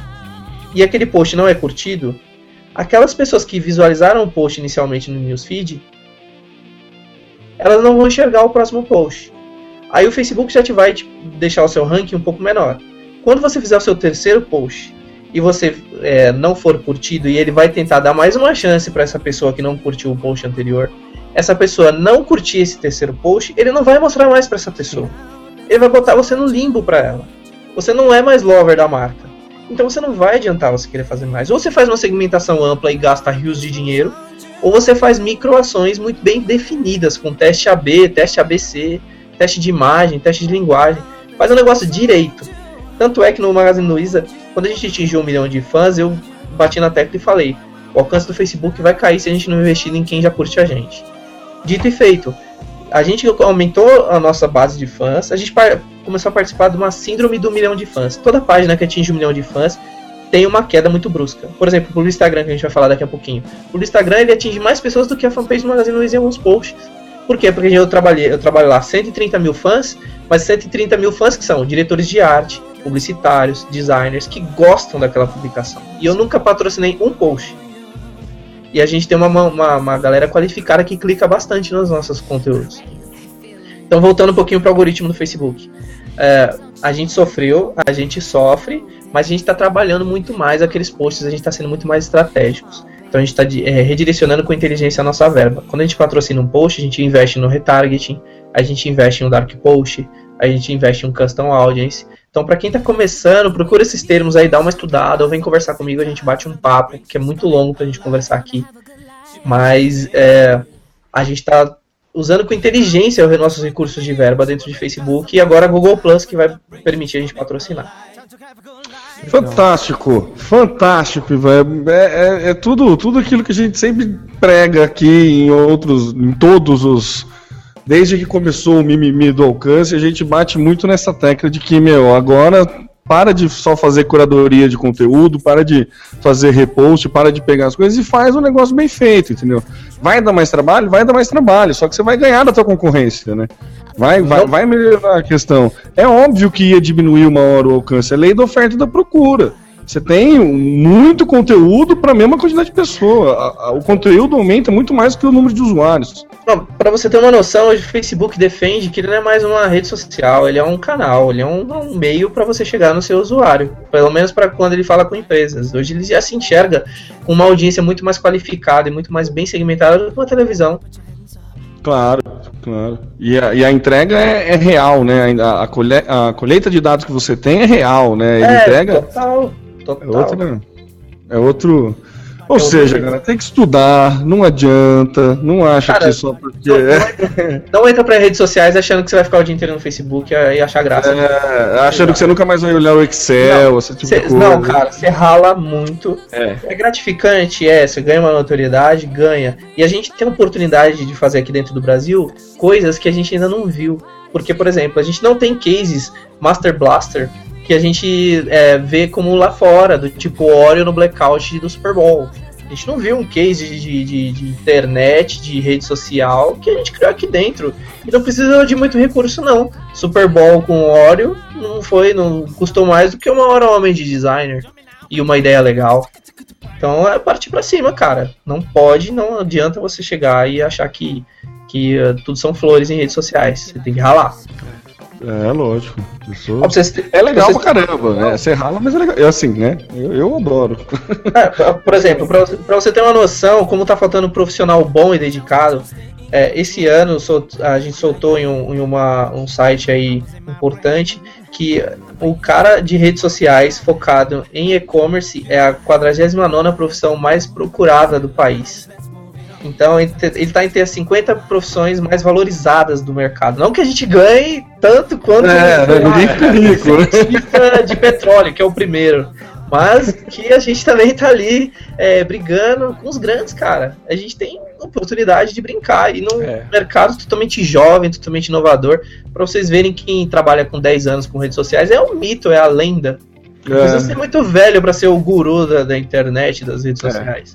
e aquele post não é curtido, aquelas pessoas que visualizaram o post inicialmente no newsfeed, elas não vão enxergar o próximo post. Aí o Facebook já te vai te deixar o seu ranking um pouco menor. Quando você fizer o seu terceiro post e você é, não for curtido e ele vai tentar dar mais uma chance para essa pessoa que não curtiu o post anterior, essa pessoa não curtir esse terceiro post, ele não vai mostrar mais para essa pessoa. Ele vai botar você no limbo para ela. Você não é mais lover da marca. Então você não vai adiantar você querer fazer mais. Ou você faz uma segmentação ampla e gasta rios de dinheiro, ou você faz microações muito bem definidas, com teste A B, teste A B C, teste de imagem, teste de linguagem. Faz um negócio direito. Tanto é que no Magazine Luiza, quando a gente atingiu um milhão de fãs, eu bati na tecla e falei: o alcance do Facebook vai cair se a gente não investir em quem já curte a gente. Dito e feito. A gente aumentou a nossa base de fãs, a gente começou a participar de uma síndrome do milhão de fãs. Toda página que atinge um milhão de fãs tem uma queda muito brusca. Por exemplo, o Instagram, que a gente vai falar daqui a pouquinho. O Instagram, ele atinge mais pessoas do que a fanpage do Magazine Luiza em alguns posts. Por quê? Porque eu trabalhei, eu trabalho lá cento e trinta mil fãs, mas cento e trinta mil fãs que são diretores de arte, publicitários, designers, que gostam daquela publicação. E eu nunca patrocinei um post. e a gente tem uma, uma, uma galera qualificada que clica bastante nos nossos conteúdos. Então, voltando um pouquinho para o algoritmo do Facebook. É, a gente sofreu, a gente sofre, mas a gente está trabalhando muito mais aqueles posts, a gente está sendo muito mais estratégicos. Então a gente está é, redirecionando com inteligência a nossa verba. Quando a gente patrocina um post, a gente investe no retargeting, a gente investe em um dark post, a gente investe em um custom audience. Então, para quem está começando, procura esses termos aí, dá uma estudada, ou vem conversar comigo, a gente bate um papo, que é muito longo para a gente conversar aqui. Mas é, a gente está usando com inteligência os nossos recursos de verba dentro de Facebook, e agora a Google Plus que vai permitir a gente patrocinar. Fantástico, fantástico, velho. É, é, é tudo, tudo aquilo que a gente sempre prega aqui em outros, em todos os... Desde que começou o mimimi do alcance, a gente bate muito nessa tecla de que, meu, agora para de só fazer curadoria de conteúdo, para de fazer repost, para de pegar as coisas e faz um negócio bem feito, entendeu? Vai dar mais trabalho? Vai dar mais trabalho, só que você vai ganhar da tua concorrência, né? Vai, vai, vai melhorar a questão. É óbvio que ia diminuir uma hora o alcance, é lei da oferta e da procura. Você tem muito conteúdo para a mesma quantidade de pessoa. A, a, o conteúdo aumenta muito mais do que o número de usuários. Para você ter uma noção, hoje o Facebook defende que ele não é mais uma rede social, ele é um canal, ele é um, um meio para você chegar no seu usuário. Pelo menos para quando ele fala com empresas. Hoje ele já se enxerga com uma audiência muito mais qualificada e muito mais bem segmentada do que uma televisão. Claro, claro. E a, e a entrega é, é real, né? A, a, colhe, a colheita de dados que você tem é real, né? Ele é, entrega... total. Total. É outro, é outro. Ou é seja, outro... cara, tem que estudar, não adianta, não acha cara, que só porque. Não, não, entra, não entra pra redes sociais achando que você vai ficar o dia inteiro no Facebook e achar graça. É, achando que você nunca mais vai olhar o Excel, não, esse tipo cê, de coisa. Não, cara, você rala muito. É. é gratificante, é, você ganha uma notoriedade, ganha. E a gente tem a oportunidade de fazer aqui dentro do Brasil coisas que a gente ainda não viu. Porque, por exemplo, a gente não tem cases Master Blaster que a gente é, vê como lá fora, do tipo Oreo no blackout do Super Bowl. A gente não viu um case de, de, de internet, de rede social, que a gente criou aqui dentro. E não precisa de muito recurso, não. Super Bowl com Oreo não foi, não custou mais do que uma hora homem de designer e uma ideia legal. Então é partir pra cima, cara. Não pode, não adianta você chegar e achar que, que uh, tudo são flores em redes sociais. Você tem que ralar. É, lógico. Isso vocês, é legal vocês... pra caramba, né? Você rala, mas é legal. É assim, né? Eu, eu adoro. É, por exemplo, pra, pra você ter uma noção, como tá faltando um profissional bom e dedicado, é, esse ano a gente soltou em, um, em uma, um site aí importante que o cara de redes sociais focado em e-commerce é a quadragésima nona profissão mais procurada do país. Então ele está entre as cinquenta profissões mais valorizadas do mercado. Não que a gente ganhe tanto quanto é, ninguém fica rico. De petróleo, que é o primeiro. Mas que a gente também está ali é, brigando com os grandes, cara. A gente tem oportunidade de brincar. E num é. mercado totalmente jovem, totalmente inovador. Para vocês verem quem trabalha com dez anos com redes sociais, é um mito, é a lenda. Não é. precisa ser muito velho para ser o guru da, da internet, das redes é. sociais.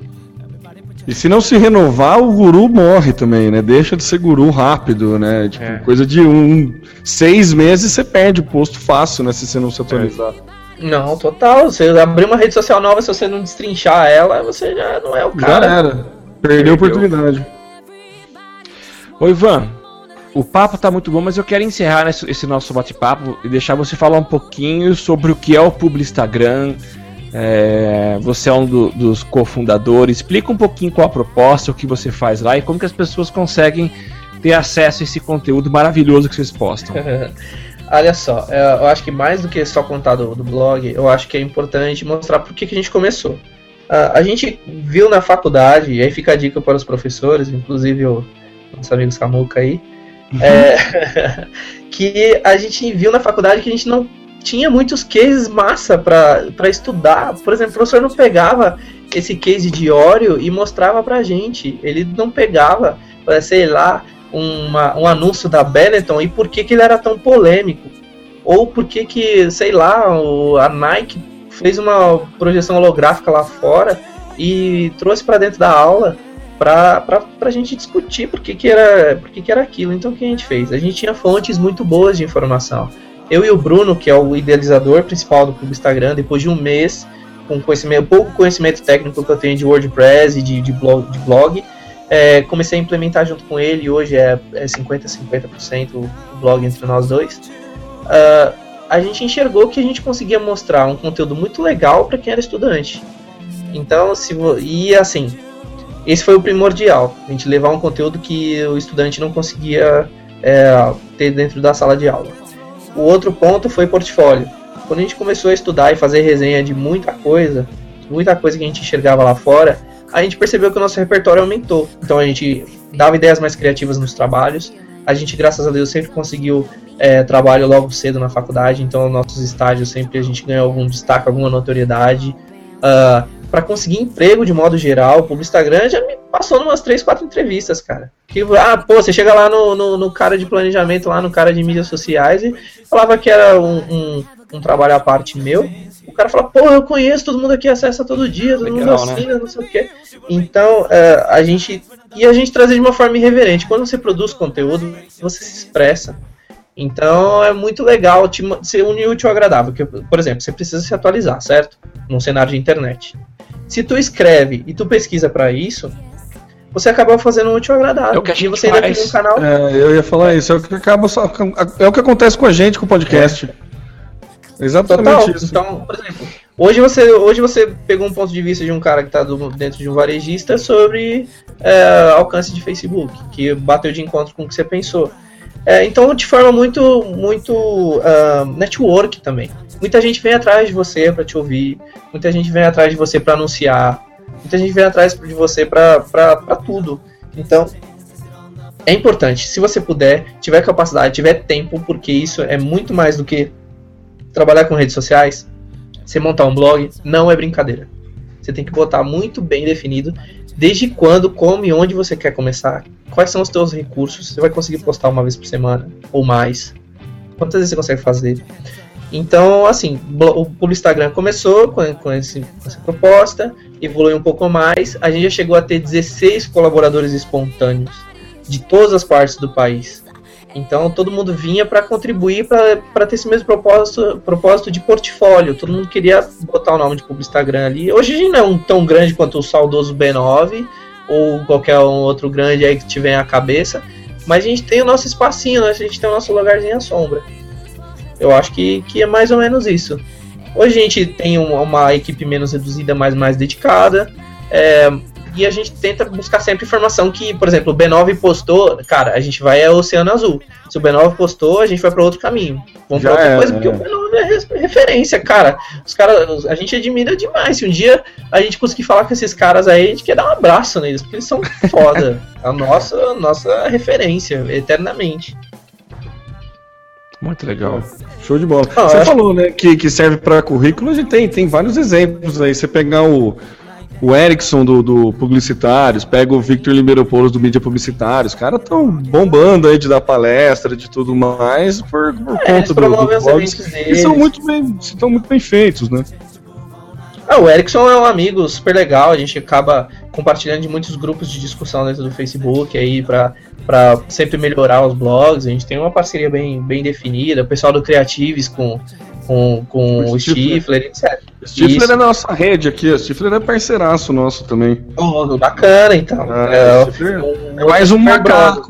E se não se renovar, o guru morre também, né? Deixa de ser guru rápido, né? Tipo, é. coisa de um... Seis meses você perde o posto fácil, né? Se você não se atualizar. É. Não, total. Você abrir uma rede social nova, se você não destrinchar ela, você já não é o cara. Já era. Perdeu, Perdeu. a oportunidade. Ô, Ivan, o papo tá muito bom, mas eu quero encerrar esse, esse nosso bate-papo e deixar você falar um pouquinho sobre o que é o Publistagram. É, você é um do, dos cofundadores. Explica um pouquinho qual a proposta, o que você faz lá e como que as pessoas conseguem ter acesso a esse conteúdo maravilhoso que vocês postam. Olha só, eu acho que mais do que só contar do, do blog, eu acho que é importante mostrar por que, que a gente começou. Uh, a gente viu na faculdade, e aí fica a dica para os professores, inclusive o nosso amigo Samuca aí, uhum. é, que a gente viu na faculdade que a gente não tinha muitos cases massa para estudar. Por exemplo, o professor não pegava esse case de Oreo e mostrava pra gente. Ele não pegava, sei lá, uma, um anúncio da Benetton e por que, que ele era tão polêmico. Ou por que, que sei lá, o, a Nike fez uma projeção holográfica lá fora e trouxe para dentro da aula pra, pra, pra gente discutir por que, que, era, por que, que era aquilo. Então o que a gente fez? A gente tinha fontes muito boas de informação. Eu e o Bruno, que é o idealizador principal do Publistagram, depois de um mês com conhecimento, pouco conhecimento técnico que eu tenho de WordPress e de, de blog, de blog é, comecei a implementar junto com ele, e hoje é, é cinquenta por cento, cinquenta por cento o blog entre nós dois. Uh, a gente enxergou que a gente conseguia mostrar um conteúdo muito legal para quem era estudante. Então, se vo... e assim, esse foi o primordial, a gente levar um conteúdo que o estudante não conseguia é, ter dentro da sala de aula. O outro ponto foi portfólio. Quando a gente começou a estudar e fazer resenha de muita coisa, muita coisa que a gente enxergava lá fora, a gente percebeu que o nosso repertório aumentou. Então a gente dava ideias mais criativas nos trabalhos, a gente, graças a Deus, sempre conseguiu é, trabalho logo cedo na faculdade, então nossos estágios sempre a gente ganhou algum destaque, alguma notoriedade. Uh, para conseguir emprego de modo geral, o Instagram já me passou numas três, quatro entrevistas, cara. Que, ah, pô, você chega lá no, no, no cara de planejamento, lá no cara de mídias sociais e falava que era um, um, um trabalho à parte meu. O cara fala, pô, eu conheço, todo mundo aqui acessa todo dia, todo Legal, mundo assina, né? Não sei o quê. Então, uh, a gente... E a gente trazer de uma forma irreverente. Quando você produz conteúdo, você se expressa. Então é muito legal te, ser unir útil ao agradável. Porque, por exemplo, você precisa se atualizar, certo? Num cenário de internet. Se tu escreve e tu pesquisa pra isso, você acaba fazendo um útil ao agradável. É o que a gente você faz. ainda tem um canal. É, eu ia falar isso. É o que acaba só, é o que acontece com a gente com o podcast. É. Exatamente Total. isso. Então, por exemplo, hoje você, hoje você pegou um ponto de vista de um cara que está dentro de um varejista sobre é, alcance de Facebook, que bateu de encontro com o que você pensou. É, então te forma muito, muito uh, network também. Muita gente vem atrás de você para te ouvir, muita gente vem atrás de você para anunciar, muita gente vem atrás de você para tudo. Então é importante, se você puder, tiver capacidade, tiver tempo, porque isso é muito mais do que trabalhar com redes sociais. Você montar um blog não é brincadeira. Você tem que botar muito bem definido desde quando, como e onde você quer começar. Quais são os seus recursos. Você vai conseguir postar uma vez por semana ou mais. Quantas vezes você consegue fazer? Então, assim, o Instagram começou com, com, esse, com essa proposta, evoluiu um pouco mais. A gente já chegou a ter dezesseis colaboradores espontâneos de todas as partes do país. Então todo mundo vinha para contribuir para ter esse mesmo propósito, propósito de portfólio. Todo mundo queria botar o nome de Publi Instagram ali. Hoje a gente não é um tão grande quanto o saudoso B nove ou qualquer um outro grande aí que tiver a cabeça, mas a gente tem o nosso espacinho, né? A gente tem o nosso lugarzinho à sombra. Eu acho que, que é mais ou menos isso. Hoje a gente tem uma, uma equipe menos reduzida, mas mais dedicada. É, E a gente tenta buscar sempre informação que, por exemplo, o B nove postou, cara, a gente vai ao Oceano Azul. Se o B nove postou, a gente vai para outro caminho. Vamos para outra é, coisa, porque é. o B nove é referência, cara. Os caras, a gente admira demais. Se um dia a gente conseguir falar com esses caras aí, a gente quer dar um abraço neles, porque eles são foda. A nossa, a nossa referência, eternamente. Muito legal. Show de bola. Ah, Você falou, né, que, que serve para currículo, a gente tem, tem vários exemplos aí. Você pegar o... O Erickson do, do Publicitários, pega o Victor Limeiropoulos do Mídia Publicitários, os caras estão bombando aí de dar palestra, de tudo mais, por, por é, conta do, do blogs, e são muito bem, estão muito bem feitos, né? Ah, o Erickson é um amigo super legal, a gente acaba compartilhando de muitos grupos de discussão dentro do Facebook aí pra, pra sempre melhorar os blogs, a gente tem uma parceria bem, bem definida, o pessoal do Creatives com, com, com o, o Stifler, etcétera. O Stifler Isso. é nossa rede aqui, o Stifler é parceiraço nosso também. Oh, bacana, então. Ah, é, um, é mais um macaco.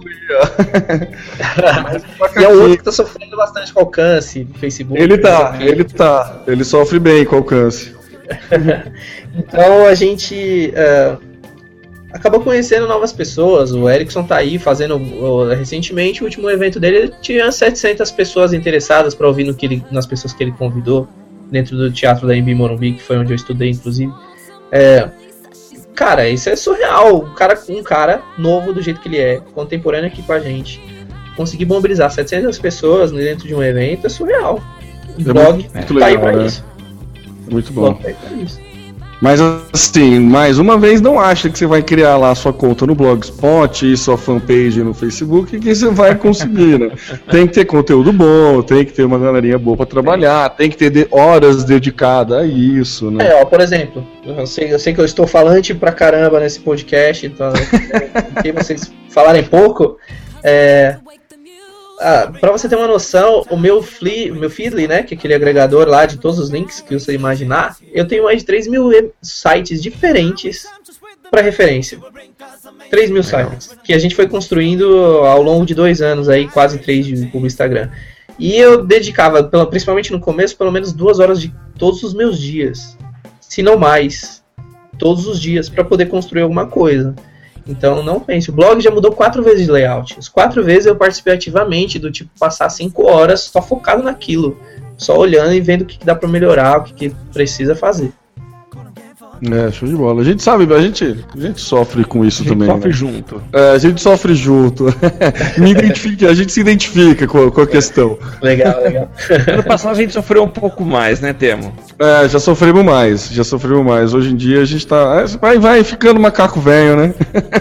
E é o outro que tá sofrendo bastante com alcance no Facebook. Ele tá, ele tá. Ele sofre bem com alcance. Então a gente uh, acabou conhecendo novas pessoas. O Erickson tá aí fazendo uh, recentemente o último evento dele tinha setecentas pessoas interessadas para ouvir no que ele, nas pessoas que ele convidou dentro do teatro da Embi Morumbi, que foi onde eu estudei inclusive. É, cara, isso é surreal. Um cara, um cara novo do jeito que ele é, contemporâneo aqui com a gente, conseguir mobilizar setecentas pessoas dentro de um evento é surreal. O é blog muito, muito tá legal, aí pra né? isso. Muito bom. Mas assim, mais uma vez, não acha que você vai criar lá sua conta no Blogspot e sua fanpage no Facebook que você vai conseguir, né? Tem que ter conteúdo bom, tem que ter uma galerinha boa para trabalhar, tem que ter de horas dedicadas a isso, né? É, ó, por exemplo, eu sei, eu sei que eu estou falante pra caramba nesse podcast, então se vocês falarem pouco, é... ah, pra você ter uma noção, o meu, Fli, meu Feedly, né, que é aquele agregador lá de todos os links que você imaginar, eu tenho mais de três mil sites diferentes para referência. três mil sites, que a gente foi construindo ao longo de dois anos, aí, quase três de pelo Instagram. E eu dedicava, principalmente no começo, pelo menos duas horas de todos os meus dias, se não mais, todos os dias, para poder construir alguma coisa. Então não pense, o blog já mudou quatro vezes de layout. As quatro vezes eu participei ativamente, do tipo passar cinco horas só focado naquilo, só olhando e vendo o que, que dá para melhorar, o que, que precisa fazer. É, show de bola. A gente sabe, a gente, a gente sofre com isso também. A gente também, sofre né? junto. É, a gente sofre junto. Me identifica, a gente se identifica com, com a questão. Legal, legal. Ano passado a gente sofreu um pouco mais, né, Temo? É, já sofremos mais, já sofremos mais. Hoje em dia a gente tá. É, vai, vai ficando macaco velho, né?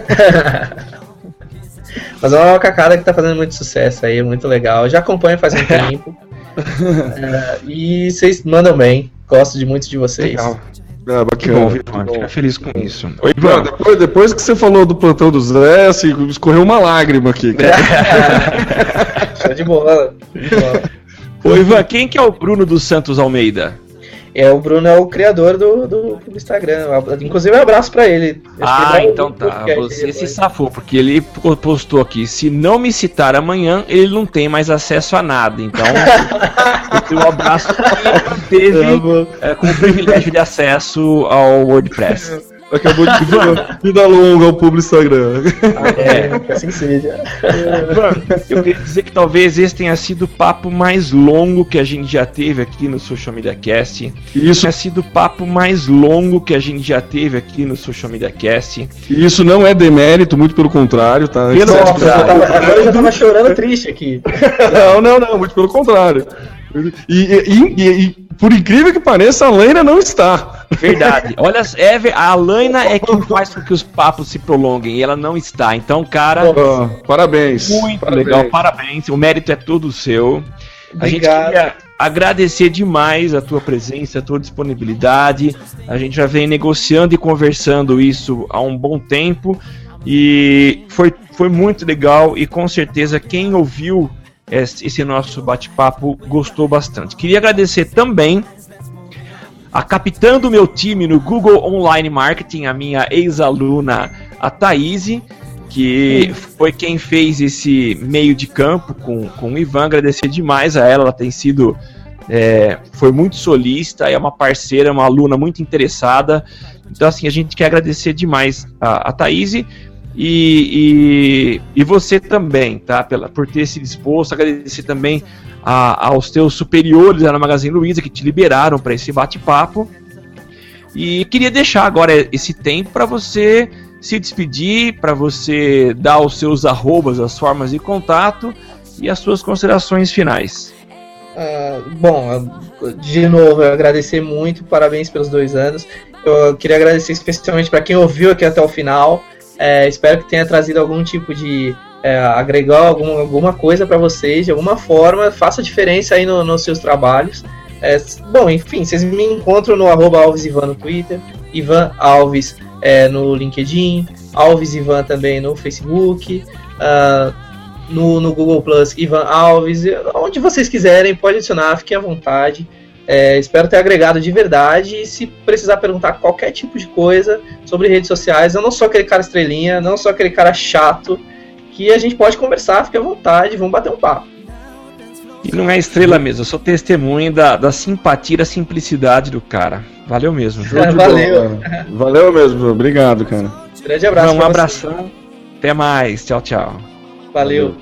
Mas é uma cacada que tá fazendo muito sucesso aí, é muito legal. Eu já acompanho faz um tempo. é, e vocês mandam bem. Gosto de muito de vocês. Legal. Ah, bacana. Que bom, Ivan. Fica feliz com isso. Oi, Não, Ivan. depois, depois que você falou do plantão do Zé, assim, escorreu uma lágrima aqui. Cara. Show de bola. Show de bola. Ô, Ivan, quem que é o Bruno dos Santos Almeida? É, o Bruno é o criador do, do, do Instagram. Inclusive, um abraço pra ele. Ah, então tá. Você se safou, porque ele postou aqui: se não me citar amanhã, ele não tem mais acesso a nada. Então, o seu abraço que teve é, com o privilégio de acesso ao WordPress. Acabou de vida, vida longa ao público Instagram. É, que assim seja. Eu queria dizer que talvez esse tenha sido o papo mais longo que a gente já teve aqui no Social Media Cast. Isso tenha sido o papo mais longo que a gente já teve aqui no Social Media Cast. Isso não é demérito, muito pelo contrário, tá? Pelo Nossa, contrário. eu tava, agora eu já tava chorando triste aqui. Não, não, não, muito pelo contrário. E, e, e, e por incrível que pareça, a Laina não está. Verdade. Olha, é, a Laina é quem faz com que os papos se prolonguem e ela não está. Então, cara, Oh, parabéns. muito Parabéns. legal, parabéns. O mérito é todo seu. A gente Obrigado. queria agradecer demais a tua presença, a tua disponibilidade. A gente já vem negociando e conversando isso há um bom tempo e foi, foi muito legal e com certeza quem ouviu esse nosso bate-papo gostou bastante. Queria agradecer também a capitã do meu time no Google Online Marketing, a minha ex-aluna, a Thaís, que foi quem fez esse meio de campo com, com o Ivan. Agradecer demais a ela, ela tem sido, é, foi muito solícita, é uma parceira, uma aluna muito interessada. Então, assim, a gente quer agradecer demais a, a Thaís e, e, e você também, tá? Pela, por ter se disposto, agradecer também a, aos teus superiores lá na Magazine Luiza que te liberaram para esse bate-papo. E queria deixar agora esse tempo para você se despedir, para você dar os seus arrobas, as formas de contato e as suas considerações finais. Uh, bom, de novo, eu agradecer muito, parabéns pelos dois anos. Eu queria agradecer especialmente para quem ouviu aqui até o final. É, espero que tenha trazido algum tipo de é, agregar alguma, alguma coisa para vocês de alguma forma, faça diferença aí no, nos seus trabalhos. É, bom, enfim, vocês me encontram no arroba Alves Ivan no Twitter, Ivan Alves é, no LinkedIn, Alves Ivan também no Facebook, uh, no, no Google Plus, Ivan Alves, onde vocês quiserem, pode adicionar, fiquem à vontade. É, espero ter agregado de verdade e se precisar perguntar qualquer tipo de coisa sobre redes sociais, eu não sou aquele cara estrelinha, não sou aquele cara chato, que a gente pode conversar, fique à vontade, vamos bater um papo. E não é estrela mesmo, eu sou testemunha da, da simpatia e da simplicidade do cara. Valeu mesmo. É, valeu. Bola, valeu mesmo, obrigado, cara. Grande abraço. Um abração, até mais, tchau, tchau. Valeu.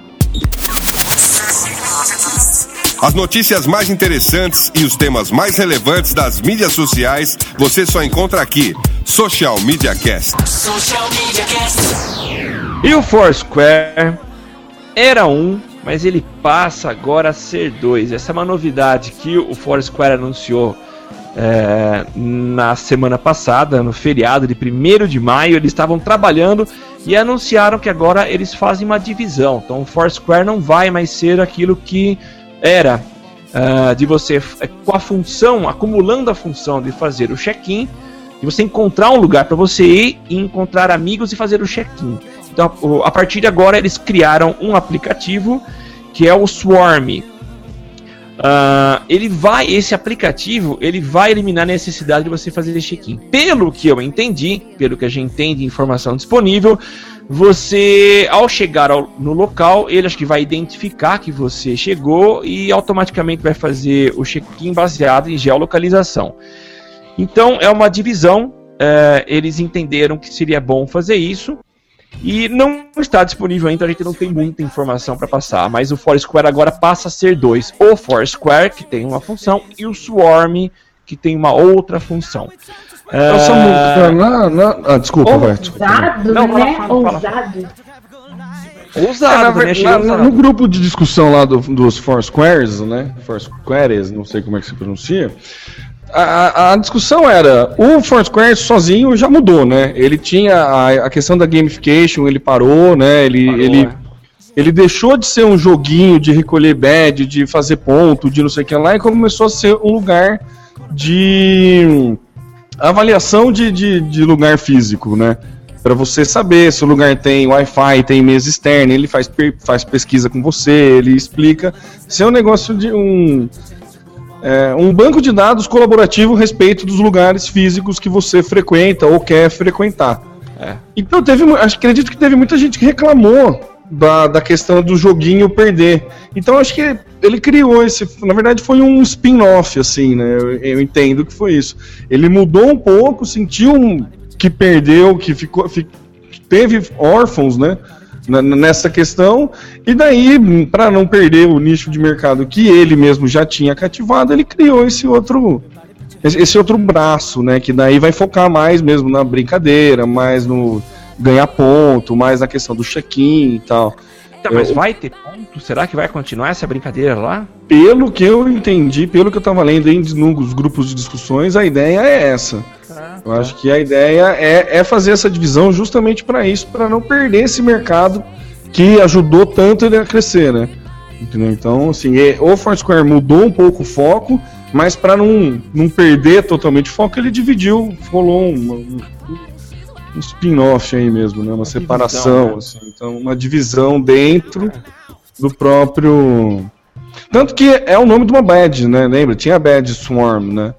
As notícias mais interessantes e os temas mais relevantes das mídias sociais você só encontra aqui. Social Media Cast. Social Media Cast. E o Foursquare era um, mas ele passa agora a ser dois. Essa é uma novidade que o Foursquare anunciou é, na semana passada, no feriado de primeiro de maio. Eles estavam trabalhando e anunciaram que agora eles fazem uma divisão. Então o Foursquare não vai mais ser aquilo que era uh, de você, com a função, acumulando a função de fazer o check-in, de você encontrar um lugar para você ir e encontrar amigos e fazer o check-in. Então, a partir de agora, eles criaram um aplicativo que é o Swarm. Uh, ele vai, esse aplicativo, ele vai eliminar a necessidade de você fazer check-in. Pelo que eu entendi, pelo que a gente tem de informação disponível, você, ao chegar ao, no local, ele acho que vai identificar que você chegou e automaticamente vai fazer o check-in baseado em geolocalização. Então é uma divisão, uh, eles entenderam que seria bom fazer isso. E não está disponível ainda, a gente não tem muita informação para passar, mas o Foursquare agora passa a ser dois. O Foursquare, que tem uma função, e o Swarm, que tem uma outra função. Essa música, na, na, ah, desculpa, vai. Ousado, Não, né? fala, fala, fala. Ousado. Ousado, é, né? na, na, no grupo de discussão lá do, dos Foursquares, né? Foursquares, não sei como é que se pronuncia. A, a discussão era, o Foursquare sozinho já mudou, né? Ele tinha a, a questão da gamification, ele parou, né? Ele, parou, ele, é. ele deixou de ser um joguinho de recolher badge, de fazer ponto, de não sei o que lá, e começou a ser um lugar de avaliação de, de, de lugar físico, né? Para você saber se o lugar tem Wi-Fi, tem mesa externa, ele faz, faz pesquisa com você, ele explica. Isso é um negócio de um... É, um banco de dados colaborativo a respeito dos lugares físicos que você frequenta ou quer frequentar. É. Então teve, acredito que teve muita gente que reclamou da, da questão do joguinho perder. Então acho que ele criou esse, na verdade foi um spin-off, assim, né? Eu, eu entendo que foi isso. Ele mudou um pouco, sentiu um, que perdeu, que ficou, fi, teve órfãos, né? Nessa questão, e daí, para não perder o nicho de mercado que ele mesmo já tinha cativado, ele criou esse outro esse outro braço, né, que daí vai focar mais mesmo na brincadeira, mais no ganhar ponto, mais na questão do check-in e tal. Tá, mas eu, vai ter ponto? Será que vai continuar essa brincadeira lá? Pelo que eu entendi, pelo que eu tava lendo em nos grupos de discussões, a ideia é essa. Ah, eu tá. acho que a ideia é, é fazer essa divisão justamente para isso, para não perder esse mercado que ajudou tanto ele a crescer, né? Entendeu? Então, assim, o Foursquare mudou um pouco o foco, mas para não, não perder totalmente o foco, ele dividiu, rolou um, um, um spin-off aí mesmo, né? Uma separação, divisão, né? Assim, então uma divisão dentro do próprio... Tanto que é o nome de uma badge, né? Lembra? Tinha a badge Swarm, né?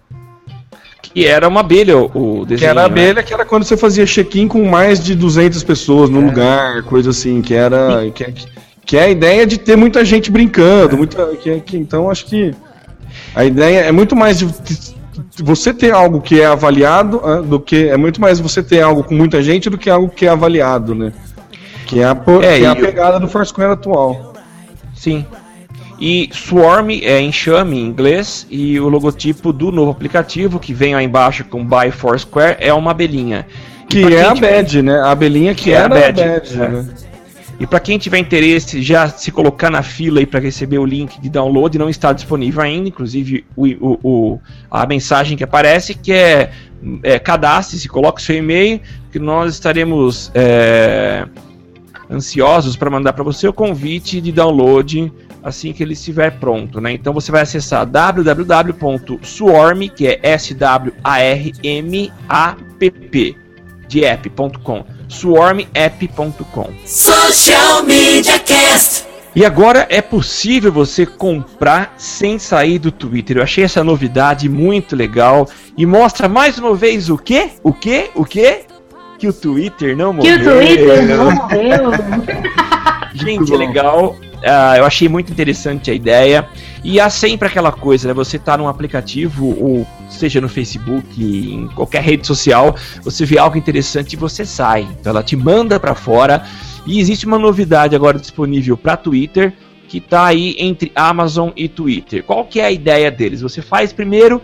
Que era uma abelha o desenho. Que era a abelha, né? Que era quando você fazia check-in com mais de duzentas pessoas no é. lugar, coisa assim, que era... Que, que é a ideia de ter muita gente brincando, é. muita, que, que, então acho que a ideia é muito mais de você ter algo que é avaliado do que... É muito mais você ter algo com muita gente do que algo que é avaliado, né? Que é a, é, que é a pegada eu... do Foursquare atual. Sim. E Swarm é enxame em inglês, e o logotipo do novo aplicativo, que vem aí embaixo com By Foursquare, é uma abelhinha. Que é a badge, né? A abelhinha que, que era é a badge, badge é. né? E para quem tiver interesse, já se colocar na fila aí para receber o link de download, não está disponível ainda, inclusive o, o, o, a mensagem que aparece, que é, é cadastre-se, coloque seu e-mail, que nós estaremos é, ansiosos para mandar para você o convite de download assim que ele estiver pronto, né? Então você vai acessar w w w ponto swarm, que é S W A R M A P P, de app ponto com, swarm app ponto com. Social Media Cast. E agora é possível você comprar sem sair do Twitter. Eu achei essa novidade muito legal e mostra mais uma vez o quê? O quê? O quê? Que o Twitter não morreu. Que o Twitter não morreu. Gente, é legal. Uh, eu achei muito interessante a ideia. E há sempre aquela coisa, né? Você tá num aplicativo, ou seja no Facebook, em qualquer rede social, você vê algo interessante e você sai. Então ela te manda para fora. E existe uma novidade agora disponível para Twitter, que tá aí entre Amazon e Twitter. Qual que é a ideia deles? Você faz primeiro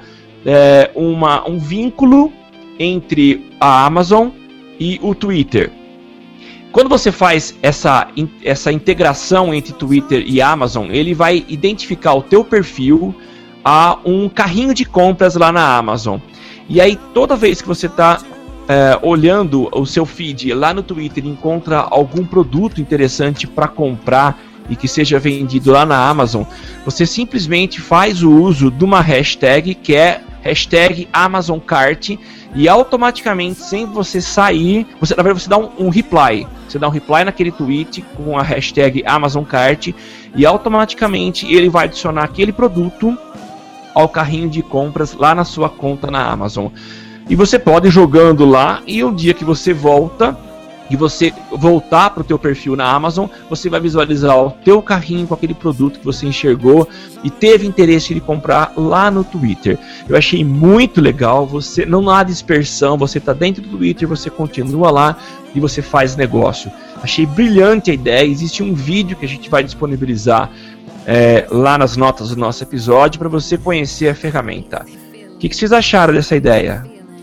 é, uma, um vínculo entre a Amazon e o Twitter. Quando você faz essa, essa integração entre Twitter e Amazon, ele vai identificar o teu perfil a um carrinho de compras lá na Amazon. E aí toda vez que você está é, olhando o seu feed lá no Twitter e encontra algum produto interessante para comprar e que seja vendido lá na Amazon, você simplesmente faz o uso de uma hashtag que é hashtag AmazonCart, e automaticamente, sem você sair, você, na verdade, você dá um, um reply. Você dá um reply naquele tweet com a hashtag AmazonCart e automaticamente ele vai adicionar aquele produto ao carrinho de compras lá na sua conta na Amazon. E você pode ir jogando lá, e o dia que você volta e você voltar para o teu perfil na Amazon, você vai visualizar o teu carrinho com aquele produto que você enxergou e teve interesse de comprar lá no Twitter. Eu achei muito legal, você não há dispersão, você está dentro do Twitter, você continua lá e você faz negócio. Achei brilhante a ideia, existe um vídeo que a gente vai disponibilizar é, lá nas notas do nosso episódio para você conhecer a ferramenta. O que, que vocês acharam dessa ideia?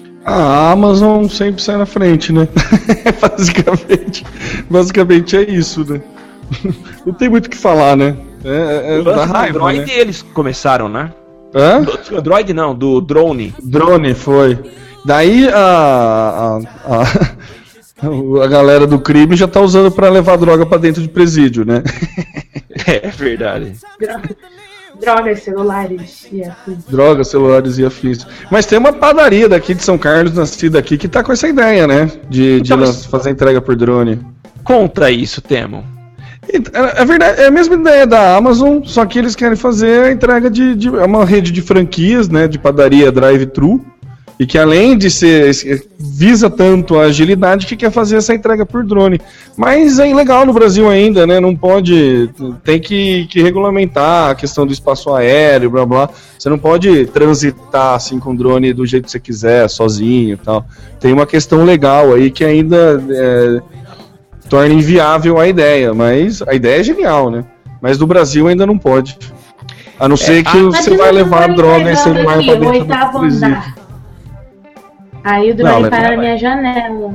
A Amazon sempre sai na frente, né? basicamente, basicamente é isso, né? Não tem muito o que falar, né? É, é da raiva, Android, né? Eles começaram, né? Hã? Do Android não, do drone. Drone, foi. Daí a, a, a, a galera do crime já tá usando pra levar droga pra dentro de presídio, né? É verdade. Drogas, celulares e afins. Drogas, celulares e afins. Mas tem uma padaria daqui de São Carlos, nascida aqui, que tá com essa ideia, né? De, de Então, fazer entrega por drone. Contra isso, Temo. É verdade, é a mesma ideia da Amazon, só que eles querem fazer a entrega de, de é uma rede de franquias, né, de padaria drive-thru, e que além de ser, visa tanto a agilidade que quer fazer essa entrega por drone. Mas é ilegal no Brasil ainda, né, não pode, tem que, que regulamentar a questão do espaço aéreo, blá blá, você não pode transitar assim com drone do jeito que você quiser, sozinho e tal. Tem uma questão legal aí que ainda é, torna inviável a ideia, mas a ideia é genial, né? Mas do Brasil ainda não pode. A não ser é, que você vai levar droga e celular pra dentro do presídio. Aí o drone para na minha janela.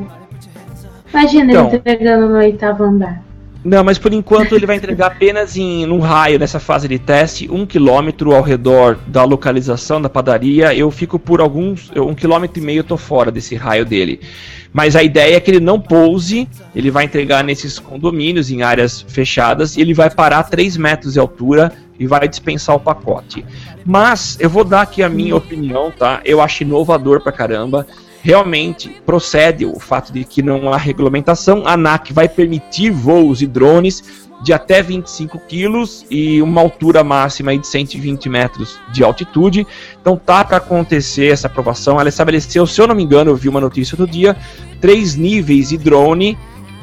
Imagina então, ele entregando no oitavo andar. Não, mas por enquanto ele vai entregar apenas em num raio, nessa fase de teste, um quilômetro ao redor da localização da padaria. Eu fico por alguns, um quilômetro e meio eu tô fora desse raio dele. Mas a ideia é que ele não pouse, ele vai entregar nesses condomínios, em áreas fechadas, e ele vai parar a três metros de altura e vai dispensar o pacote. Mas eu vou dar aqui a minha opinião, tá? Eu acho inovador pra caramba. Realmente procede o fato de que não há regulamentação. A ANAC vai permitir voos de drones de até vinte e cinco quilos e uma altura máxima de cento e vinte metros de altitude. Então tá para acontecer essa aprovação. Ela estabeleceu, se eu não me engano, eu vi uma notícia outro dia, três níveis de drone,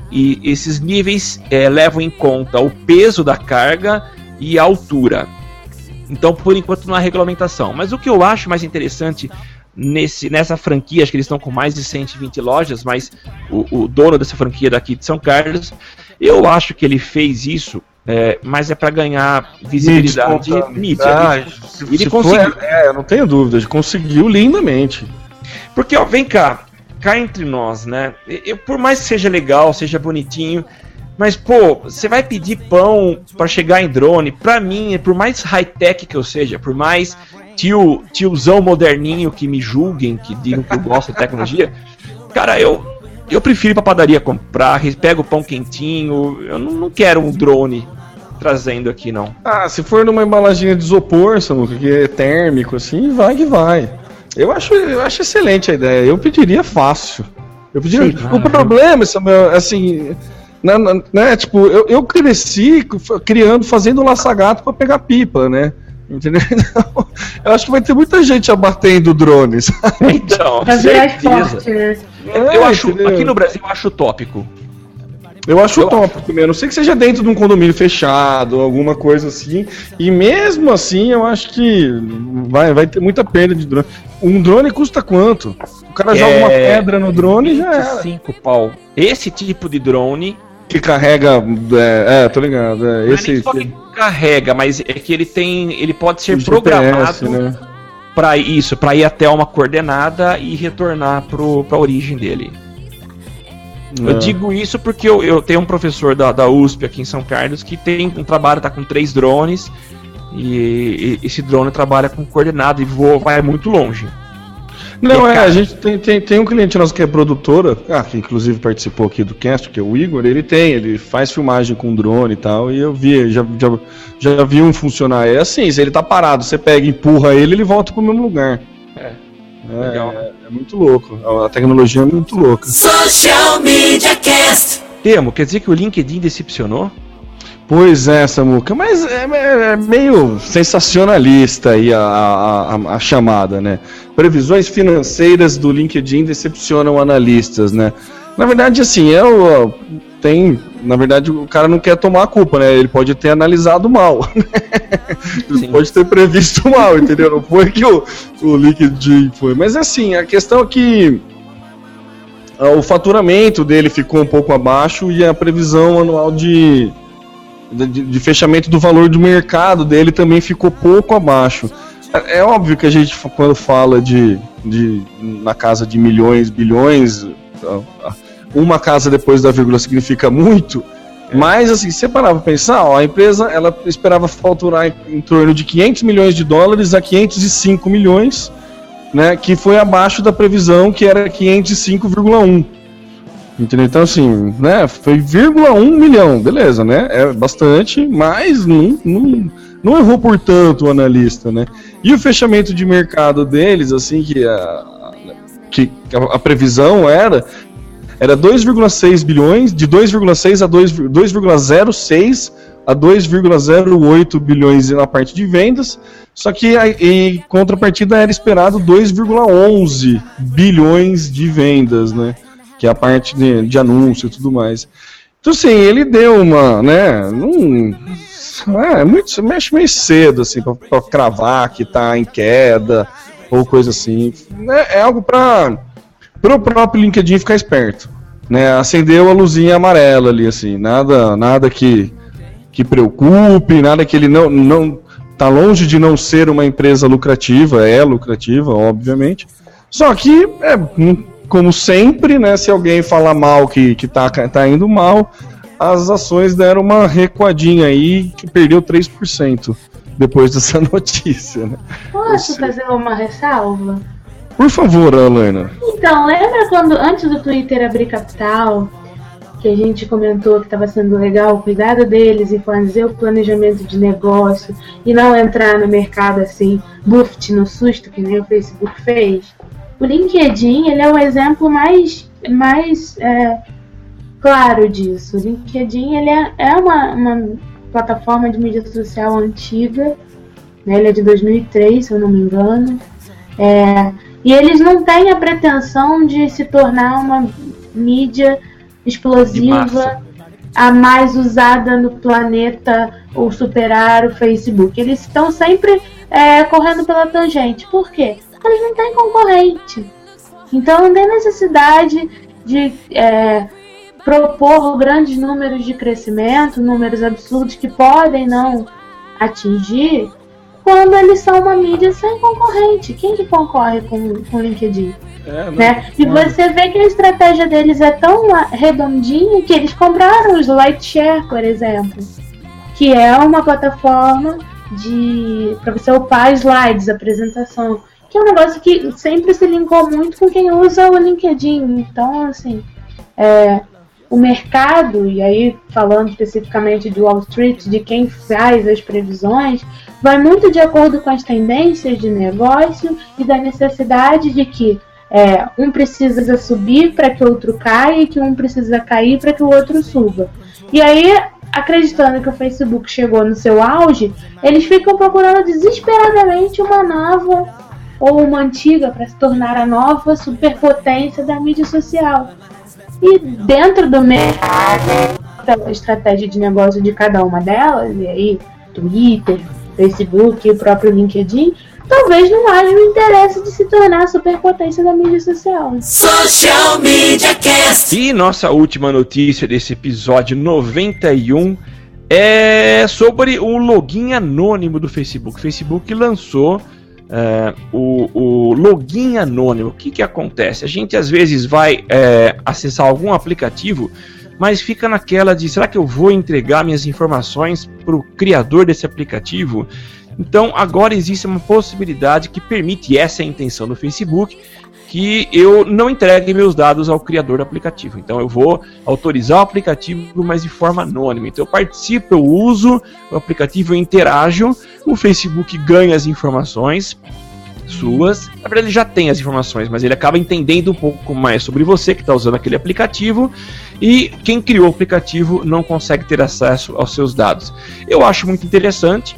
e esses níveis é, levam em conta o peso da carga e a altura. Então por enquanto não há regulamentação. Mas o que eu acho mais interessante Nesse, nessa franquia, acho que eles estão com mais de cento e vinte lojas, mas o, o dono dessa franquia daqui de São Carlos, eu acho que ele fez isso, é, mas é para ganhar visibilidade e mídia. Ah, ele, se, ele se conseguiu. For, é, eu não tenho dúvida, ele conseguiu lindamente. Porque, ó, vem cá, cá entre nós, né? Eu, por mais que seja legal, seja bonitinho, mas, pô, você vai pedir pão para chegar em drone, pra mim, por mais high-tech que eu seja, por mais tio, tiozão moderninho que me julguem, que digam que eu gosto de tecnologia, cara, eu, eu prefiro ir pra padaria comprar, pego o pão quentinho, eu não, não quero um drone trazendo aqui, não. Ah, se for numa embalagem de isopor, Samuca, que é térmico, assim, vai que vai. Eu acho, eu acho excelente a ideia, eu pediria fácil. Eu pediria... Sim, o problema, Samuel, assim... Né, né, tipo, eu, eu cresci criando, fazendo laçagato pra pegar pipa, né? Entendeu? Então, eu acho que vai ter muita gente abatendo drones. Então, certeza. Eu, eu acho, aqui no Brasil eu acho utópico. Eu acho utópico mesmo. A não sei que seja dentro de um condomínio fechado, alguma coisa assim. E mesmo assim, eu acho que vai, vai ter muita perda de drone. Um drone custa quanto? O cara é... joga uma pedra no drone e já é. vinte e cinco pau. Esse tipo de drone que carrega, é, é tô ligado, é, não esse é nem só que carrega, mas é que ele tem, ele pode ser o programado G P S, né? para isso, para ir até uma coordenada e retornar pro, pra origem dele. É. Eu digo isso porque eu, eu tenho um professor da, da U S P aqui em São Carlos que tem um trabalho, tá com três drones e, e esse drone trabalha com coordenada e voa, vai muito longe. Não, é, a gente tem, tem, tem um cliente nosso que é produtora, ah, que inclusive participou aqui do cast, que é o Igor, ele tem, ele faz filmagem com drone e tal, e eu vi, já, já, já vi um funcionar, é assim, se ele tá parado, você pega e empurra ele, ele volta pro mesmo lugar, É, legal. É, é muito louco. A tecnologia é muito louca. Social Media Cast. Temo, quer dizer que o LinkedIn decepcionou? Pois é, Samuca, mas é, é meio sensacionalista aí a, a, a chamada, né? Previsões financeiras do LinkedIn decepcionam analistas, né? Na verdade, assim, é o, tem, na verdade, o cara não quer tomar a culpa, né? Ele pode ter analisado mal, ele pode ter previsto mal, entendeu? Não foi que o, o LinkedIn foi. Mas assim, a questão é que o faturamento dele ficou um pouco abaixo e a previsão anual de De, de fechamento do valor do mercado dele também ficou pouco abaixo. É, é óbvio que a gente, quando fala de, de na casa de milhões, bilhões, uma casa depois da vírgula significa muito, é. Mas assim, se você parar para pensar, ó, a empresa ela esperava faturar em, em torno de quinhentos milhões de dólares a quinhentos e cinco milhões, né, que foi abaixo da previsão que era quinhentos e cinco vírgula um. Entendeu? Então, assim, né, foi vírgula um milhão, beleza, né? É bastante, mas não, não, não errou por tanto o analista, né? E o fechamento de mercado deles, assim, que a, que a previsão era, era dois vírgula seis bilhões, de dois vírgula seis a dois vírgula zero seis a dois vírgula zero oito bilhões na parte de vendas, só que a, em contrapartida era esperado dois vírgula onze bilhões de vendas, né? Que é a parte de, de anúncio e tudo mais. Então, assim, ele deu uma, né, um, é, muito, mexe meio cedo, assim, pra, pra cravar que tá em queda, ou coisa assim. É, é algo para o próprio LinkedIn ficar esperto, né, acendeu a luzinha amarela ali, assim, nada, nada que, que preocupe, nada que ele não, não, tá longe de não ser uma empresa lucrativa, é lucrativa, obviamente, só que é como sempre, né, se alguém falar mal que, que tá, tá indo mal, as ações deram uma recuadinha aí, que perdeu três por cento depois dessa notícia. Né? Posso Você... fazer uma ressalva? Por favor, Alana. Então, lembra quando, antes do Twitter abrir capital, que a gente comentou que estava sendo legal o cuidado deles e fazer o planejamento de negócio e não entrar no mercado assim, buft no susto, que nem o Facebook fez? O LinkedIn, ele é o exemplo mais, mais é, claro disso. O LinkedIn, ele é, é uma, uma plataforma de mídia social antiga, né? Ele é de dois mil e três, se eu não me engano, é, e eles não têm a pretensão de se tornar uma mídia explosiva, a mais usada no planeta ou superar o Facebook. Eles estão sempre é, correndo pela tangente. Por quê? Eles não têm concorrente. Então não tem necessidade de é, propor grandes números de crescimento, números absurdos que podem não atingir, quando eles são uma mídia sem concorrente. Quem que concorre com o LinkedIn? É, não, né? E você vê que a estratégia deles é tão redondinha que eles compraram os Lightshare, por exemplo, que é uma plataforma de para você upar slides, apresentação, que é um negócio que sempre se linkou muito com quem usa o LinkedIn. Então, assim, é, o mercado, e aí falando especificamente de Wall Street, de quem faz as previsões, vai muito de acordo com as tendências de negócio e da necessidade de que é, um precisa subir para que o outro caia e que um precisa cair para que o outro suba. E aí, acreditando que o Facebook chegou no seu auge, eles ficam procurando desesperadamente uma nova ou uma antiga para se tornar a nova superpotência da mídia social. E dentro do mercado, a estratégia de negócio de cada uma delas, e aí Twitter, Facebook e o próprio LinkedIn, talvez não haja o interesse de se tornar a superpotência da mídia social. Social Media Cast. E nossa última notícia desse episódio noventa e um é sobre o login anônimo do Facebook. O Facebook lançou Uh, o, o login anônimo. O que que acontece? A gente às vezes vai é, acessar algum aplicativo, mas fica naquela de, será que eu vou entregar minhas informações para o criador desse aplicativo? Então agora existe uma possibilidade que permite, e essa é a intenção do Facebook, que eu não entregue meus dados ao criador do aplicativo. Então eu vou autorizar o aplicativo, mas de forma anônima. Então eu participo, eu uso o aplicativo, eu interajo, o Facebook ganha as informações suas. Na verdade ele já tem as informações, mas ele acaba entendendo um pouco mais sobre você que está usando aquele aplicativo, e quem criou o aplicativo não consegue ter acesso aos seus dados. Eu acho muito interessante.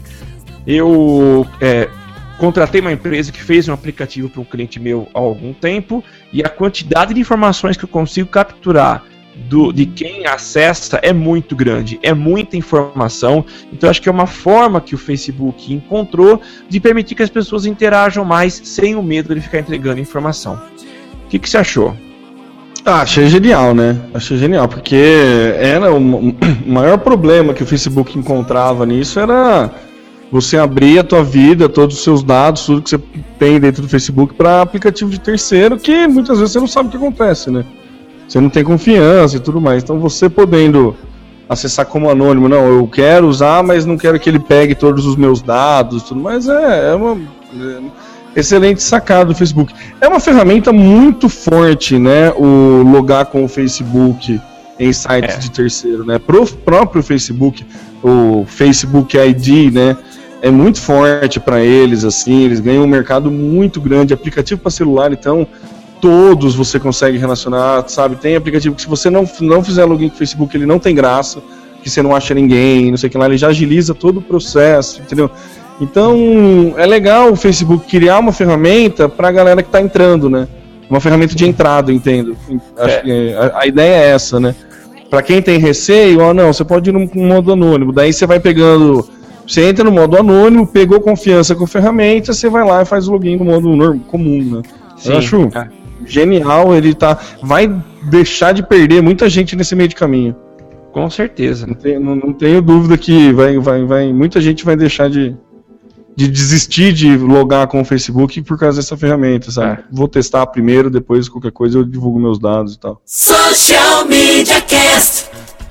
Eu é, contratei uma empresa que fez um aplicativo para um cliente meu há algum tempo, e a quantidade de informações que eu consigo capturar Do, de quem acessa é muito grande, é muita informação. Então acho que é uma forma que o Facebook encontrou de permitir que as pessoas interajam mais sem o medo de ficar entregando informação. O que, que você achou? Ah, achei genial, né? Achei genial, porque era o, o maior problema que o Facebook encontrava nisso era você abrir a tua vida, todos os seus dados, tudo que você tem dentro do Facebook para aplicativo de terceiro, que muitas vezes você não sabe o que acontece, né? Você não tem confiança e tudo mais. Então você podendo acessar como anônimo, não, eu quero usar, mas não quero que ele pegue todos os meus dados e tudo mais, é, é uma é, excelente sacada do Facebook. É uma ferramenta muito forte, né, o logar com o Facebook em sites é. de terceiro, né, pro próprio Facebook, o Facebook I D, né, é muito forte para eles, assim, eles ganham um mercado muito grande, aplicativo para celular, então todos você consegue relacionar, sabe? Tem aplicativo que se você não, não fizer login com o Facebook, ele não tem graça, que você não acha ninguém, não sei o que lá, ele já agiliza todo o processo, entendeu? Então, é legal o Facebook criar uma ferramenta pra galera que tá entrando, né? Uma ferramenta de entrada, entendo. Acho que a, a ideia é essa, né? Pra quem tem receio, ó, não, você pode ir no, no modo anônimo, daí você vai pegando, você entra no modo anônimo, pegou confiança com a ferramenta, você vai lá e faz o login no modo normal, comum, né? Sim, eu acho... É. Genial, ele tá. Vai deixar de perder muita gente nesse meio de caminho. Com certeza. Não tenho, não, não tenho dúvida que vai, vai, vai, muita gente vai deixar de, de desistir de logar com o Facebook por causa dessa ferramenta, sabe? É. Vou testar primeiro, depois qualquer coisa eu divulgo meus dados e tal. Social Media Cast.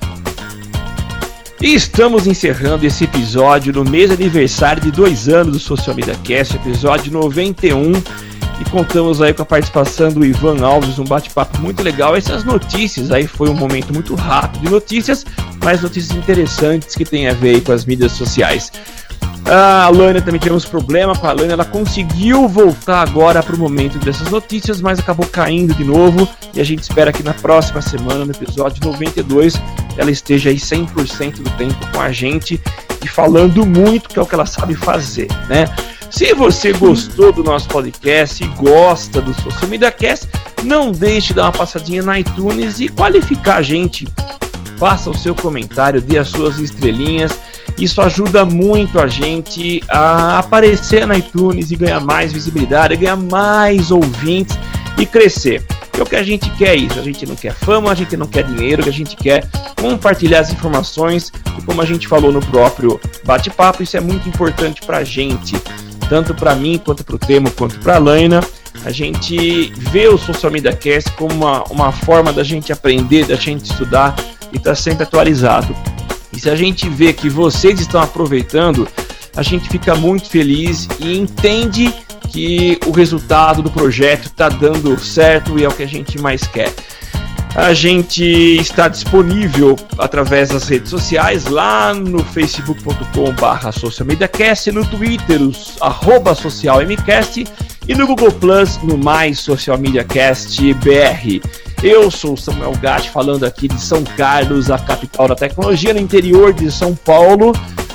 E estamos encerrando esse episódio no mês aniversário de dois anos do Social Media Cast, episódio noventa e um. E contamos aí com a participação do Ivan Alves, um bate-papo muito legal. Essas notícias aí foi um momento muito rápido de notícias, mas notícias interessantes que tem a ver aí com as mídias sociais. A Lânia também tivemos problema com a Lânia, ela conseguiu voltar agora para o momento dessas notícias, mas acabou caindo de novo. E a gente espera que na próxima semana, no episódio noventa e dois, ela esteja aí cem por cento do tempo com a gente e falando muito, que é o que ela sabe fazer, né? Se você gostou do nosso podcast e gosta do Social Media Cast, não deixe de dar uma passadinha na iTunes e qualificar a gente. Faça o seu comentário, dê as suas estrelinhas. Isso ajuda muito a gente a aparecer na iTunes e ganhar mais visibilidade, ganhar mais ouvintes e crescer. Porque o que a gente quer é isso, a gente não quer fama, a gente não quer dinheiro, o que a gente quer é compartilhar as informações e, como a gente falou no próprio bate-papo, isso é muito importante pra gente. Tanto para mim, quanto para o Temo, quanto para a Laina, a gente vê o Social Media Cast como uma, uma forma da gente aprender, da gente estudar e estar tá sempre atualizado. E se a gente vê que vocês estão aproveitando, a gente fica muito feliz e entende que o resultado do projeto está dando certo e é o que a gente mais quer. A gente está disponível através das redes sociais, lá no facebook ponto com barra social media cast, no Twitter, os, arroba socialmcast, e no Google Plus, no mais Social Media Cast B R. Eu sou o Samuel Gatti, falando aqui de São Carlos, a capital da tecnologia, no interior de São Paulo.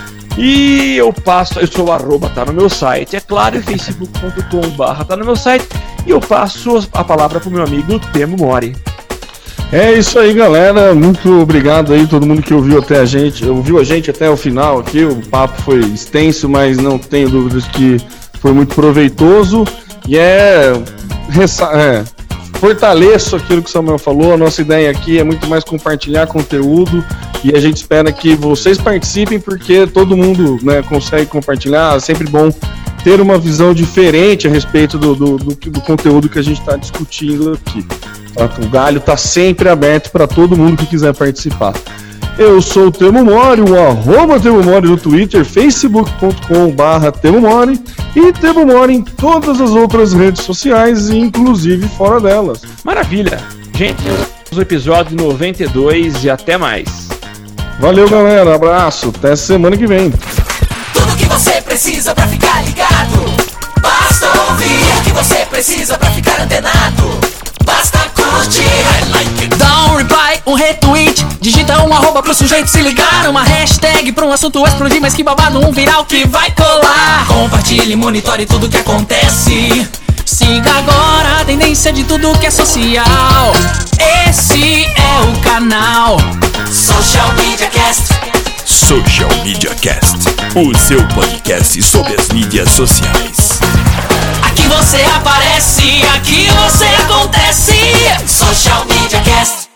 E eu passo, eu sou o arroba, tá no meu site, é claro, facebook ponto com barra tá no meu site. E eu passo a palavra para o meu amigo Temo Mori. É isso aí, galera, muito obrigado aí todo mundo que ouviu até a gente, ouviu a gente até o final aqui. O papo foi extenso, mas não tenho dúvidas que foi muito proveitoso. E é, é fortaleço aquilo que o Samuel falou. A nossa ideia aqui é muito mais compartilhar conteúdo e a gente espera que vocês participem, porque todo mundo, né, consegue compartilhar. É sempre bom ter uma visão diferente a respeito do, do, do, do conteúdo que a gente está discutindo aqui. O galho está sempre aberto para todo mundo que quiser participar. Eu sou o Temo Mori, o arroba Temo Mori no Twitter, facebook ponto com barra Temo Mori e Temo Mori em todas as outras redes sociais, inclusive fora delas. Maravilha! Gente, o episódio noventa e dois e até mais. Valeu, galera, abraço, até semana que vem. Tudo que você precisa pra ficar ligado, basta ouvir. você precisa pra ficar antenado. Basta curtir, I like it. Dá um reply, um retweet, digita um arroba pro sujeito se ligar, uma hashtag pra um assunto explodir, mas que babado, um viral que vai colar. Compartilhe, monitore tudo que acontece. Siga agora a tendência de tudo que é social. Esse é o canal Social Media Cast. Social Media Cast, o seu podcast sobre as mídias sociais. Aqui você aparece, aqui você acontece. Social Media Cast.